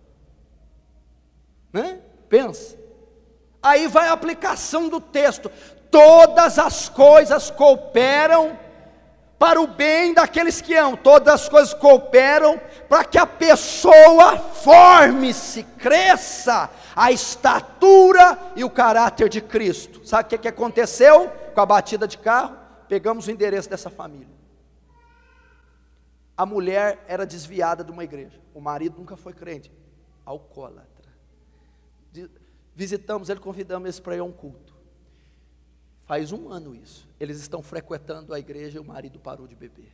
Speaker 2: né? Pensa. Aí vai a aplicação do texto. Todas as coisas cooperam para o bem daqueles que amam. Todas as coisas cooperam para que a pessoa forme-se, cresça a estatura e o caráter de Cristo. Sabe o que, que aconteceu com a batida de carro? Pegamos o endereço dessa família. A mulher era desviada de uma igreja, o marido nunca foi crente, alcoólatra. Visitamos ele, convidamos eles para ir a um culto. Faz um ano isso, eles estão frequentando a igreja e o marido parou de beber.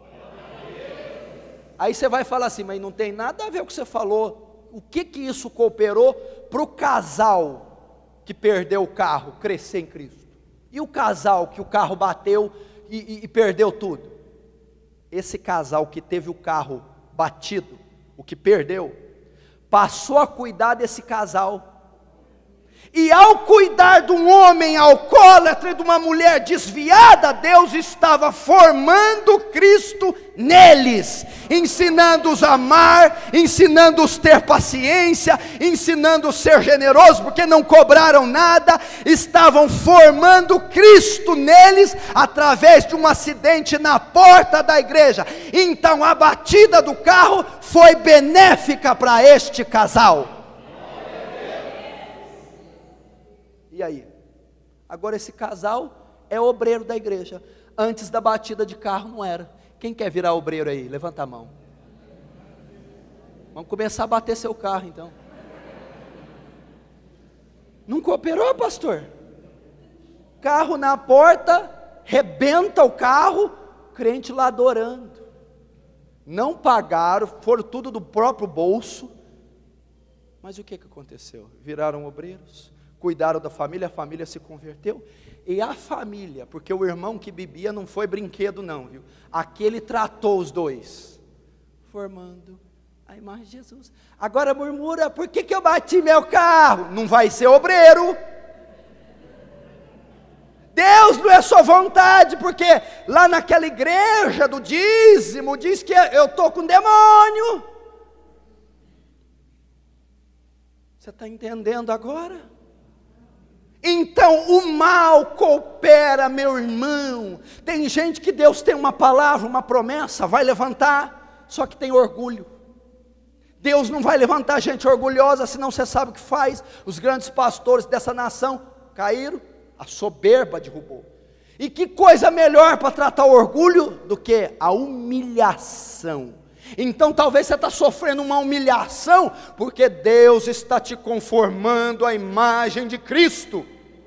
Speaker 2: Aí você vai falar assim, mas não tem nada a ver com o que você falou. O que que isso cooperou para o casal que perdeu o carro crescer em Cristo? E o casal que o carro bateu e, e, e perdeu tudo? Esse casal que teve o carro batido, o que perdeu, passou a cuidar desse casal. E ao cuidar de um homem alcoólatra e de uma mulher desviada, Deus estava formando Cristo neles, ensinando-os a amar, ensinando-os a ter paciência, ensinando-os a ser generosos, porque não cobraram nada, estavam formando Cristo neles, através de um acidente na porta da igreja. Então a batida do carro foi benéfica para este casal. E aí? Agora esse casal é obreiro da igreja. Antes da batida de carro não era. Quem quer virar obreiro aí? Levanta a mão. Vamos começar a bater seu carro então. Não cooperou, pastor? Carro na porta, rebenta o carro, crente lá adorando. Não pagaram, foram tudo do próprio bolso. Mas o que que aconteceu? Viraram obreiros, cuidaram da família, a família se converteu, e a família, porque o irmão que bebia não foi brinquedo não, viu? Aquele tratou os dois, formando a imagem de Jesus. Agora murmura, por que que eu bati meu carro? Não vai ser obreiro. Deus não é sua vontade, porque lá naquela igreja do dízimo, diz que eu estou com demônio. Você está entendendo agora? Então o mal coopera, meu irmão. Tem gente que Deus tem uma palavra, uma promessa, vai levantar, só que tem orgulho. Deus não vai levantar gente orgulhosa, senão você sabe o que faz. Os grandes pastores dessa nação caíram, a soberba derrubou. E que coisa melhor para tratar o orgulho do que a humilhação. Então talvez você está sofrendo uma humilhação, porque Deus está te conformando à imagem de Cristo.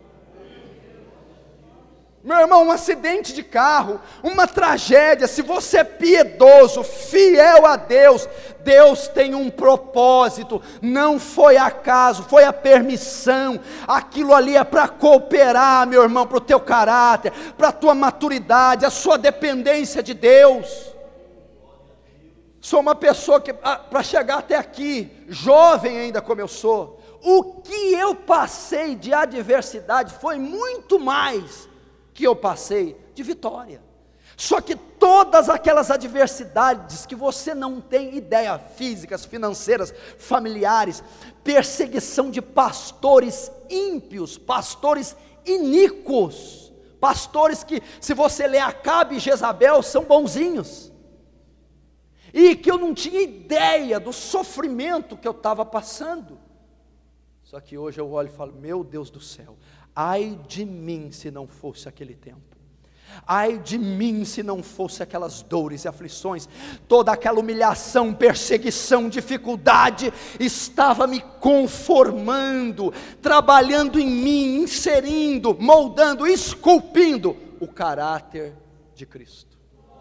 Speaker 2: Meu irmão, um acidente de carro, uma tragédia, se você é piedoso, fiel a Deus, Deus tem um propósito, não foi acaso, foi a permissão, aquilo ali é para cooperar, meu irmão, para o teu caráter, para a tua maturidade, a sua dependência de Deus. Sou uma pessoa que, ah, para chegar até aqui, jovem ainda como eu sou, o que eu passei de adversidade foi muito mais que eu passei de vitória. Só que todas aquelas adversidades que você não tem ideia, físicas, financeiras, familiares, perseguição de pastores ímpios, pastores iníquos, pastores que, se você ler Acabe e Jezabel, são bonzinhos, e que eu não tinha ideia do sofrimento que eu estava passando. Só que hoje eu olho e falo, meu Deus do céu, ai de mim se não fosse aquele tempo, ai de mim se não fosse aquelas dores e aflições, toda aquela humilhação, perseguição, dificuldade, estava me conformando, trabalhando em mim, inserindo, moldando, esculpindo o caráter de Cristo.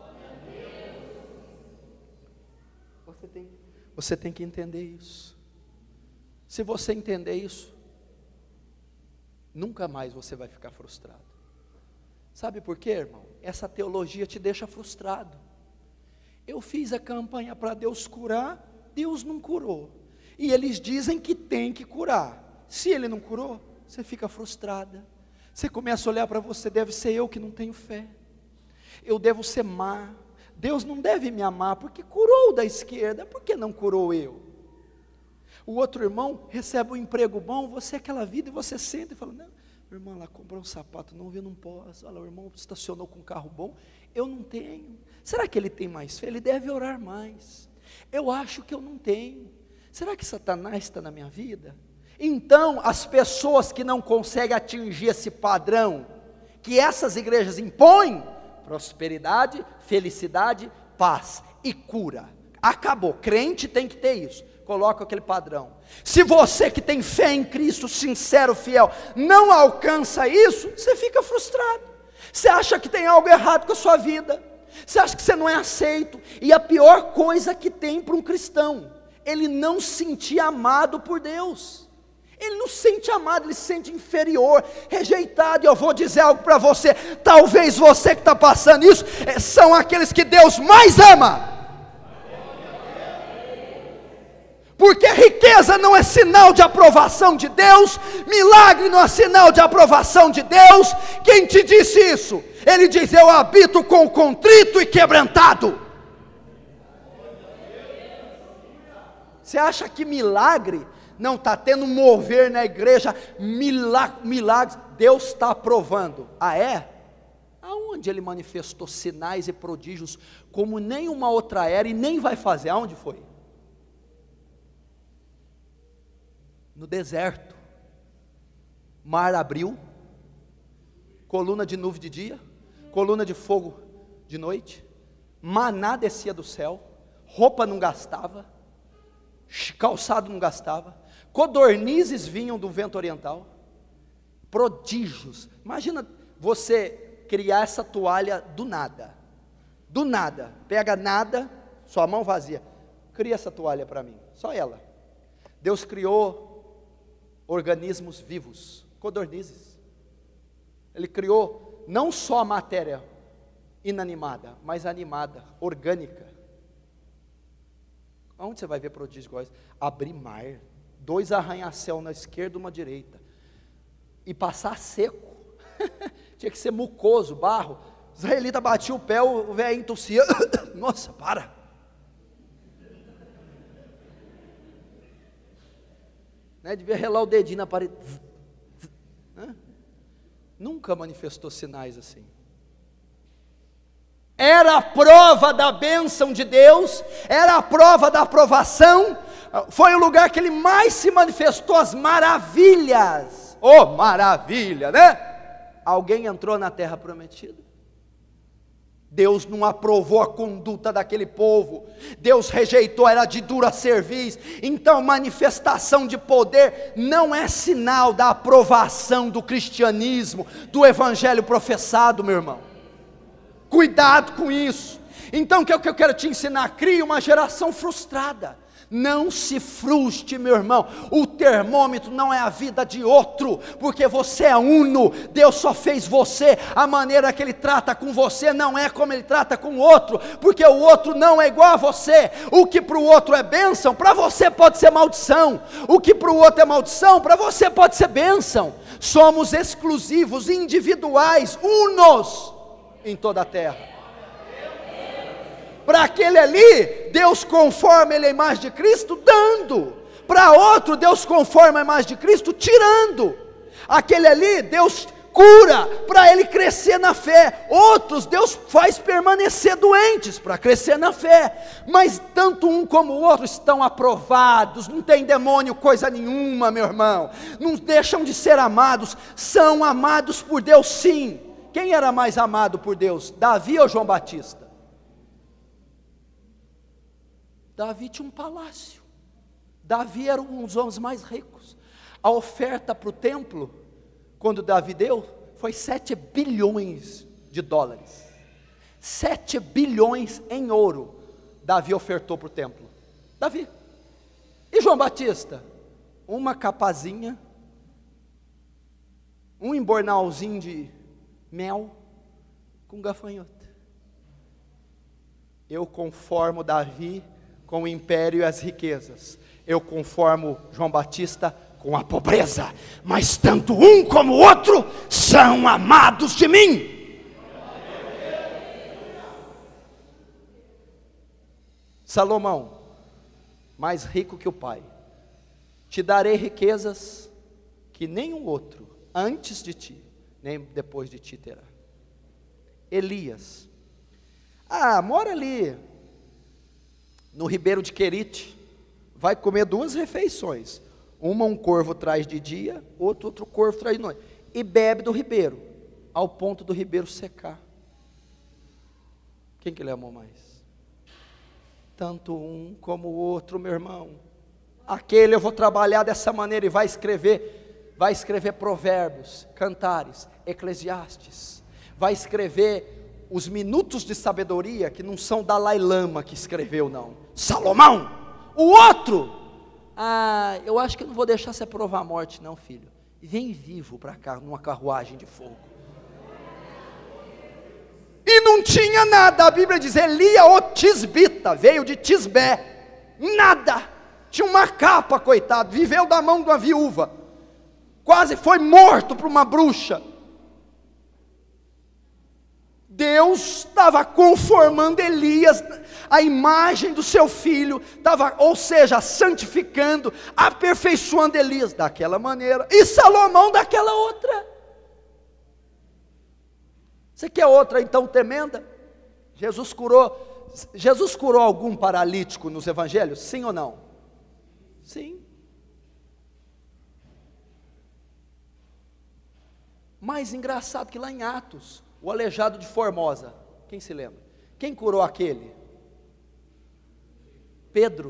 Speaker 2: Você tem, você tem que entender isso. Se você entender isso, nunca mais você vai ficar frustrado. Sabe por quê, irmão? Essa teologia te deixa frustrado. Eu fiz a campanha para Deus curar, Deus não curou. E eles dizem que tem que curar. Se Ele não curou, você fica frustrada. Você começa a olhar para você, deve ser eu que não tenho fé. Eu devo ser má. Deus não deve me amar, porque curou da esquerda, por que não curou eu? O outro irmão recebe um emprego bom, você é aquela vida, e você senta e fala, não, irmã, ela comprou um sapato novo, eu não posso. Olha, o irmão estacionou com um carro bom, eu não tenho. Será que ele tem mais fé? Ele deve orar mais. Eu acho que eu não tenho. Será que Satanás está na minha vida? Então, as pessoas que não conseguem atingir esse padrão, que essas igrejas impõem, prosperidade, felicidade, paz e cura. Acabou, crente tem que ter isso. Coloca aquele padrão. Se você que tem fé em Cristo, sincero, fiel, não alcança isso, você fica frustrado. Você acha que tem algo errado com a sua vida. Você acha que você não é aceito. E a pior coisa que tem para um cristão, ele não se sentir amado por Deus. Ele não se sente amado, ele se sente inferior, rejeitado. E eu vou dizer algo para você, talvez você que está passando isso, são aqueles que Deus mais ama. Porque riqueza não é sinal de aprovação de Deus, milagre não é sinal de aprovação de Deus. Quem te disse isso? Ele diz, eu habito com contrito e quebrantado. Você acha que milagre não está tendo mover na igreja, milagres, Deus está aprovando? Ah é? Aonde Ele manifestou sinais e prodígios como nenhuma outra era e nem vai fazer? Aonde foi? No deserto. Mar abriu, coluna de nuvem de dia, coluna de fogo de noite, maná descia do céu, roupa não gastava, calçado não gastava, codornizes vinham do vento oriental, prodígios. Imagina você criar essa toalha do nada, do nada, pega nada, sua mão vazia, cria essa toalha para mim, só ela. Deus criou organismos vivos, codornizes. Ele criou não só a matéria inanimada, mas animada, orgânica. Onde você vai ver prodígios iguais? Abrir mar, dois arranha-céu na esquerda e uma direita, e passar seco. Tinha que ser mucoso, barro. O israelita batia o pé, o velho tossia. Nossa, para. Né, devia relar o dedinho na parede. Né? Nunca manifestou sinais assim. Era a prova da bênção de Deus, era a prova da aprovação, foi o lugar que Ele mais se manifestou as maravilhas. Oh, maravilha, né? Alguém entrou na terra prometida? Deus não aprovou a conduta daquele povo, Deus rejeitou, era de dura cerviz. Então manifestação de poder não é sinal da aprovação do cristianismo, do evangelho professado, meu irmão. Cuidado com isso. Então o que eu quero te ensinar? Crie uma geração frustrada. Não se frustre, meu irmão. O termômetro não é a vida de outro, porque você é uno. Deus só fez você. A maneira que Ele trata com você não é como Ele trata com o outro, porque o outro não é igual a você. O que para o outro é bênção, para você pode ser maldição. O que para o outro é maldição, para você pode ser bênção. Somos exclusivos, individuais, unos em toda a terra. Para aquele ali, Deus conforma ele à imagem de Cristo, dando. Para outro, Deus conforma a imagem de Cristo, tirando. Aquele ali, Deus cura para ele crescer na fé. Outros Deus faz permanecer doentes para crescer na fé. Mas tanto um como o outro estão aprovados, não tem demônio coisa nenhuma, meu irmão. Não deixam de ser amados, são amados por Deus sim. Quem era mais amado por Deus, Davi ou João Batista? Davi tinha um palácio. Davi era um dos homens mais ricos. A oferta para o templo, quando Davi deu, foi sete bilhões de dólares. Sete bilhões em ouro, Davi ofertou para o templo. Davi. E João Batista? Uma capazinha, um embornalzinho de mel, com gafanhoto. Eu conformo Davi com o império e as riquezas. Eu conformo João Batista com a pobreza, mas tanto um como o outro são amados de mim. Salomão, mais rico que o pai, te darei riquezas que nenhum outro antes de ti, nem depois de ti terá. Elias, ah, mora ali no ribeiro de Querite, vai comer duas refeições, uma um corvo traz de dia, outro outro corvo traz de noite, e bebe do ribeiro, ao ponto do ribeiro secar. Quem que ele amou mais? Tanto um como o outro, meu irmão. Aquele eu vou trabalhar dessa maneira e vai escrever, vai escrever Provérbios, Cantares, Eclesiastes, vai escrever os minutos de sabedoria, que não são Dalai Lama que escreveu não, Salomão. O outro, ah, eu acho que eu não vou deixar você provar a morte não, filho, vem vivo para cá, numa carruagem de fogo. E não tinha nada, a Bíblia diz, Elia o tisbita, veio de Tisbé, nada, tinha uma capa, coitado, viveu da mão de uma viúva, quase foi morto por uma bruxa. Deus estava conformando Elias, a imagem do seu filho, estava, ou seja, santificando, aperfeiçoando Elias daquela maneira, e Salomão daquela outra. Você quer outra então tremenda? Jesus curou, Jesus curou algum paralítico nos evangelhos? Sim ou não? Sim. Mais engraçado que lá em Atos, o aleijado de Formosa, quem se lembra? Quem curou aquele? Pedro.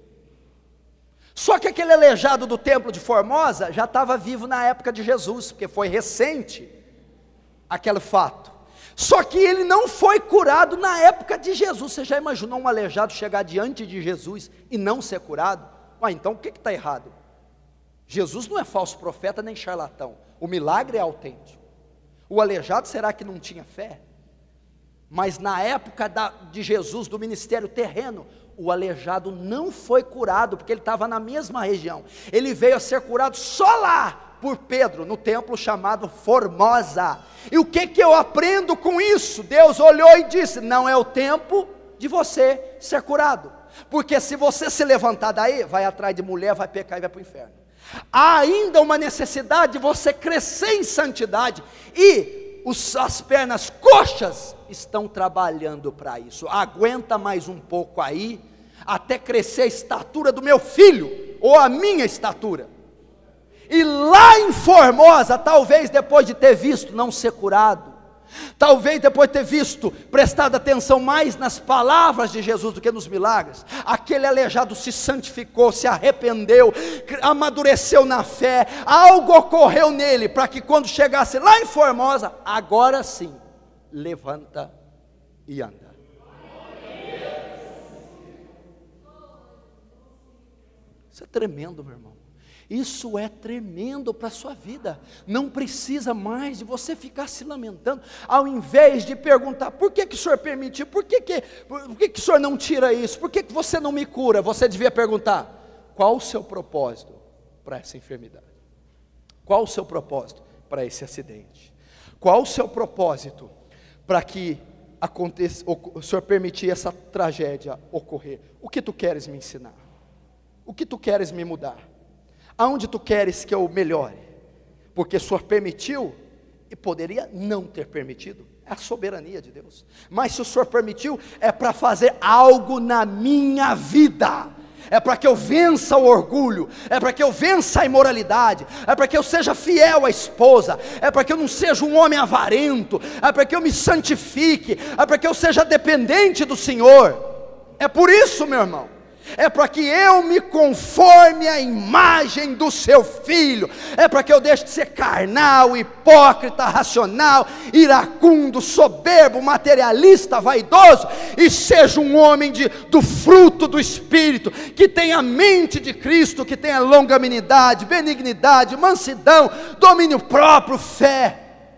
Speaker 2: Só que aquele aleijado do templo de Formosa já estava vivo na época de Jesus, porque foi recente aquele fato. Só que ele não foi curado na época de Jesus. Você já imaginou um aleijado chegar diante de Jesus e não ser curado? Ah, então o que está errado? Jesus não é falso profeta nem charlatão, o milagre é autêntico. O aleijado será que não tinha fé? Mas na época da, de Jesus, do ministério terreno, o aleijado não foi curado, porque ele estava na mesma região. Ele veio a ser curado só lá, por Pedro, no templo chamado Formosa. E o que que eu aprendo com isso? Deus olhou e disse, não é o tempo de você ser curado, porque se você se levantar daí, vai atrás de mulher, vai pecar e vai para o inferno. Há ainda uma necessidade de você crescer em santidade, e os, as pernas coxas estão trabalhando para isso. Aguenta mais um pouco aí, até crescer a estatura do meu filho, ou a minha estatura. E lá em Formosa, talvez depois de ter visto não ser curado, talvez depois de ter visto, prestado atenção mais nas palavras de Jesus do que nos milagres, aquele aleijado se santificou, se arrependeu, amadureceu na fé, algo ocorreu nele, para que quando chegasse lá em Formosa, agora sim, levanta e anda. Isso é tremendo, meu irmão. Isso é tremendo para a sua vida. Não precisa mais de você ficar se lamentando, ao invés de perguntar, por que que o Senhor permitiu, por que que, por que que o Senhor não tira isso, por que que você não me cura? Você devia perguntar, qual o seu propósito para essa enfermidade? Qual o seu propósito para esse acidente? Qual o seu propósito para que aconteça, o Senhor permitir essa tragédia ocorrer? O que tu queres me ensinar? O que tu queres me mudar? Aonde tu queres que eu melhore? Porque o Senhor permitiu, E poderia não ter permitido, é a soberania de Deus. Mas se o Senhor permitiu, é para fazer algo na minha vida. É para que eu vença o orgulho, é para que eu vença a imoralidade, é para que eu seja fiel à esposa, é para que eu não seja um homem avarento, é para que eu me santifique, é para que eu seja dependente do Senhor. É por isso, meu irmão, é para que eu me conforme à imagem do seu Filho, é para que eu deixe de ser carnal, hipócrita, racional, iracundo, soberbo, materialista, vaidoso, e seja um homem de, do fruto do Espírito, que tenha a mente de Cristo, que tenha longanimidade, benignidade, mansidão, domínio próprio, fé.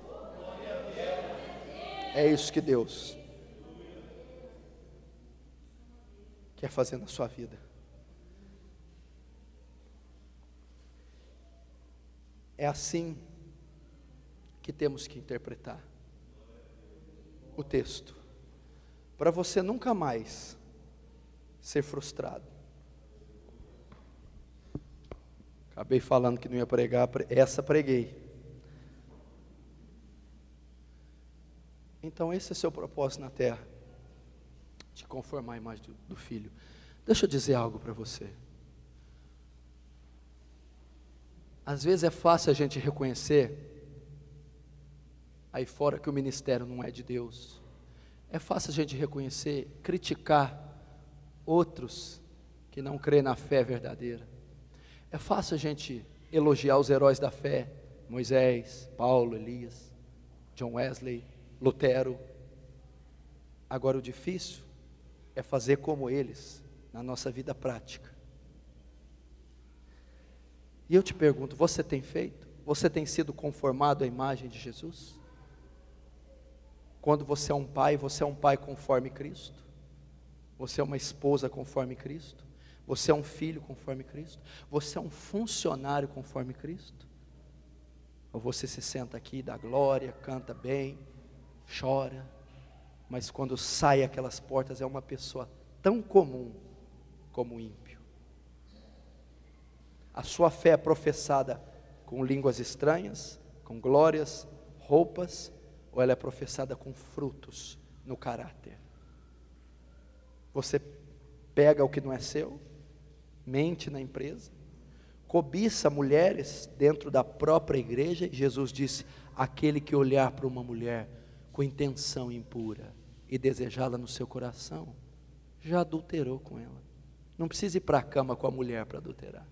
Speaker 2: É isso que Deus quer fazer na sua vida. É assim que temos que interpretar o texto, para você nunca mais ser frustrado. Acabei falando que não ia pregar, essa preguei. Então esse é o seu propósito na terra, de conformar a imagem do, do Filho. Deixa eu dizer algo para você. Às vezes é fácil a gente reconhecer aí fora que o ministério não é de Deus. É fácil a gente reconhecer, criticar outros que não creem na fé verdadeira. É fácil a gente elogiar os heróis da fé, Moisés, Paulo, Elias, John Wesley, Lutero. Agora o difícil é fazer como eles na nossa vida prática. E eu te pergunto, você tem feito? Você tem sido conformado à imagem de Jesus? Quando você é um pai, você é um pai conforme Cristo? Você é uma esposa conforme Cristo? Você é um filho conforme Cristo? Você é um funcionário conforme Cristo? Ou você se senta aqui, dá glória, canta bem, chora, mas quando sai aquelas portas é uma pessoa tão comum como o ímpio? A sua fé é professada com línguas estranhas, com glórias, roupas, ou ela é professada com frutos no caráter? Você pega o que não é seu, mente na empresa, cobiça mulheres dentro da própria igreja, e Jesus disse: aquele que olhar para uma mulher com intenção impura e desejá-la no seu coração, já adulterou com ela. Não precisa ir para a cama com a mulher para adulterar.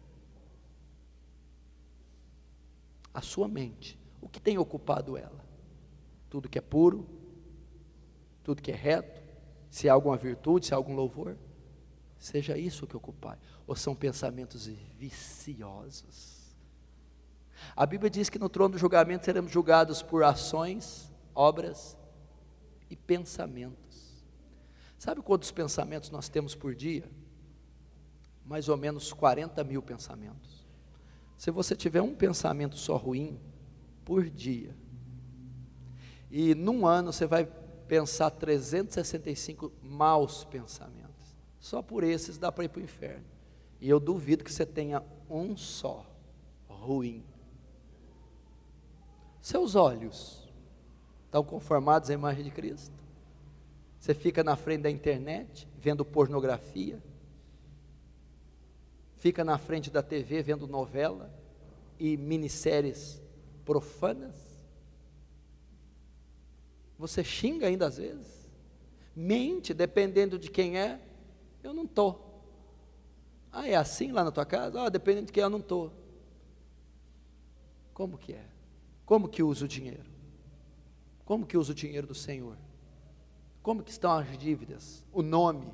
Speaker 2: A sua mente, o que tem ocupado ela? Tudo que é puro, tudo que é reto, se há alguma virtude, se há algum louvor, seja isso que ocupar. Ou são pensamentos viciosos? A Bíblia diz que no trono do julgamento seremos julgados por ações, obras e pensamentos. Sabe quantos pensamentos nós temos por dia? Mais ou menos quarenta mil pensamentos. Se você tiver um pensamento só ruim por dia, e num ano você vai pensar trezentos e sessenta e cinco maus pensamentos, só por esses dá para ir para o inferno. E eu duvido que você tenha um só ruim. Seus olhos estão conformados à imagem de Cristo? Você fica na frente da internet vendo pornografia, fica na frente da T V vendo novela e minisséries profanas? Você xinga ainda às vezes? Mente, dependendo de quem é. Eu não estou. Ah, é assim lá na tua casa? Ah, dependendo de quem é, eu não estou. Como que é? Como que usa o dinheiro? Como que usa o dinheiro do Senhor? Como que estão as dívidas? O nome?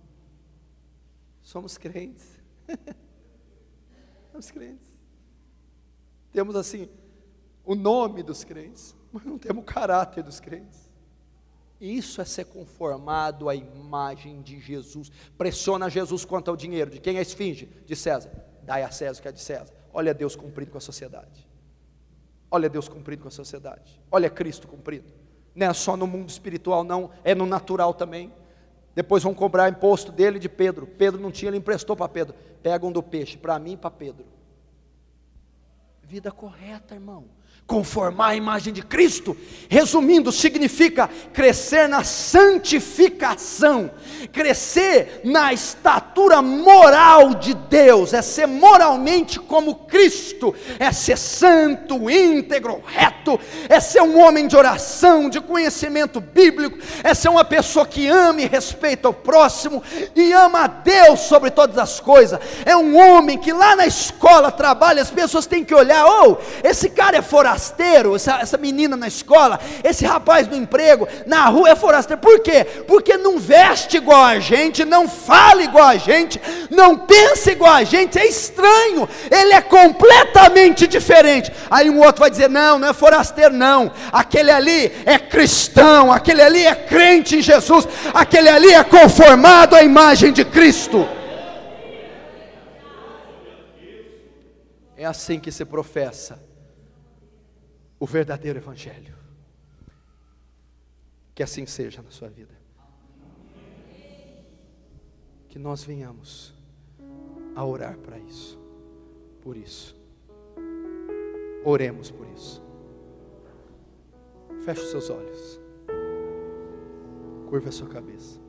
Speaker 2: Somos crentes. Somos crentes. Temos assim, o nome dos crentes, mas não temos o caráter dos crentes. Isso é ser conformado à imagem de Jesus. Pressiona Jesus quanto ao dinheiro. De quem é a esfinge? De César. Dai a César o que é de César. Olha Deus cumprindo com a sociedade. Olha Deus cumprindo com a sociedade. Olha Cristo cumprindo. Não é só no mundo espiritual não, é no natural também. Depois vão cobrar imposto dele e de Pedro. Pedro não tinha, ele emprestou para Pedro. Pega um do peixe, para mim e para Pedro. Vida correta, irmão. Conformar a imagem de Cristo, resumindo, significa crescer na santificação, crescer na estatura moral de Deus, é ser moralmente como Cristo, é ser santo, íntegro, reto, é ser um homem de oração, de conhecimento bíblico, é ser uma pessoa que ama e respeita o próximo, e ama a Deus sobre todas as coisas, é um homem que lá na escola trabalha, as pessoas têm que olhar, oh, esse cara é forasteiro, essa, essa menina na escola, esse rapaz no emprego, na rua é forasteiro, por quê? Porque não veste igual a gente, não fala igual a gente, não pensa igual a gente, é estranho, ele é completamente diferente. Aí um outro vai dizer, não, não é forasteiro não, aquele ali é cristão, aquele ali é crente em Jesus, aquele ali é conformado à imagem de Cristo. É assim que se professa o verdadeiro evangelho. Que assim seja na sua vida. Que nós venhamos a orar para isso. Por isso. Oremos por isso. Feche os seus olhos. Curva a sua cabeça.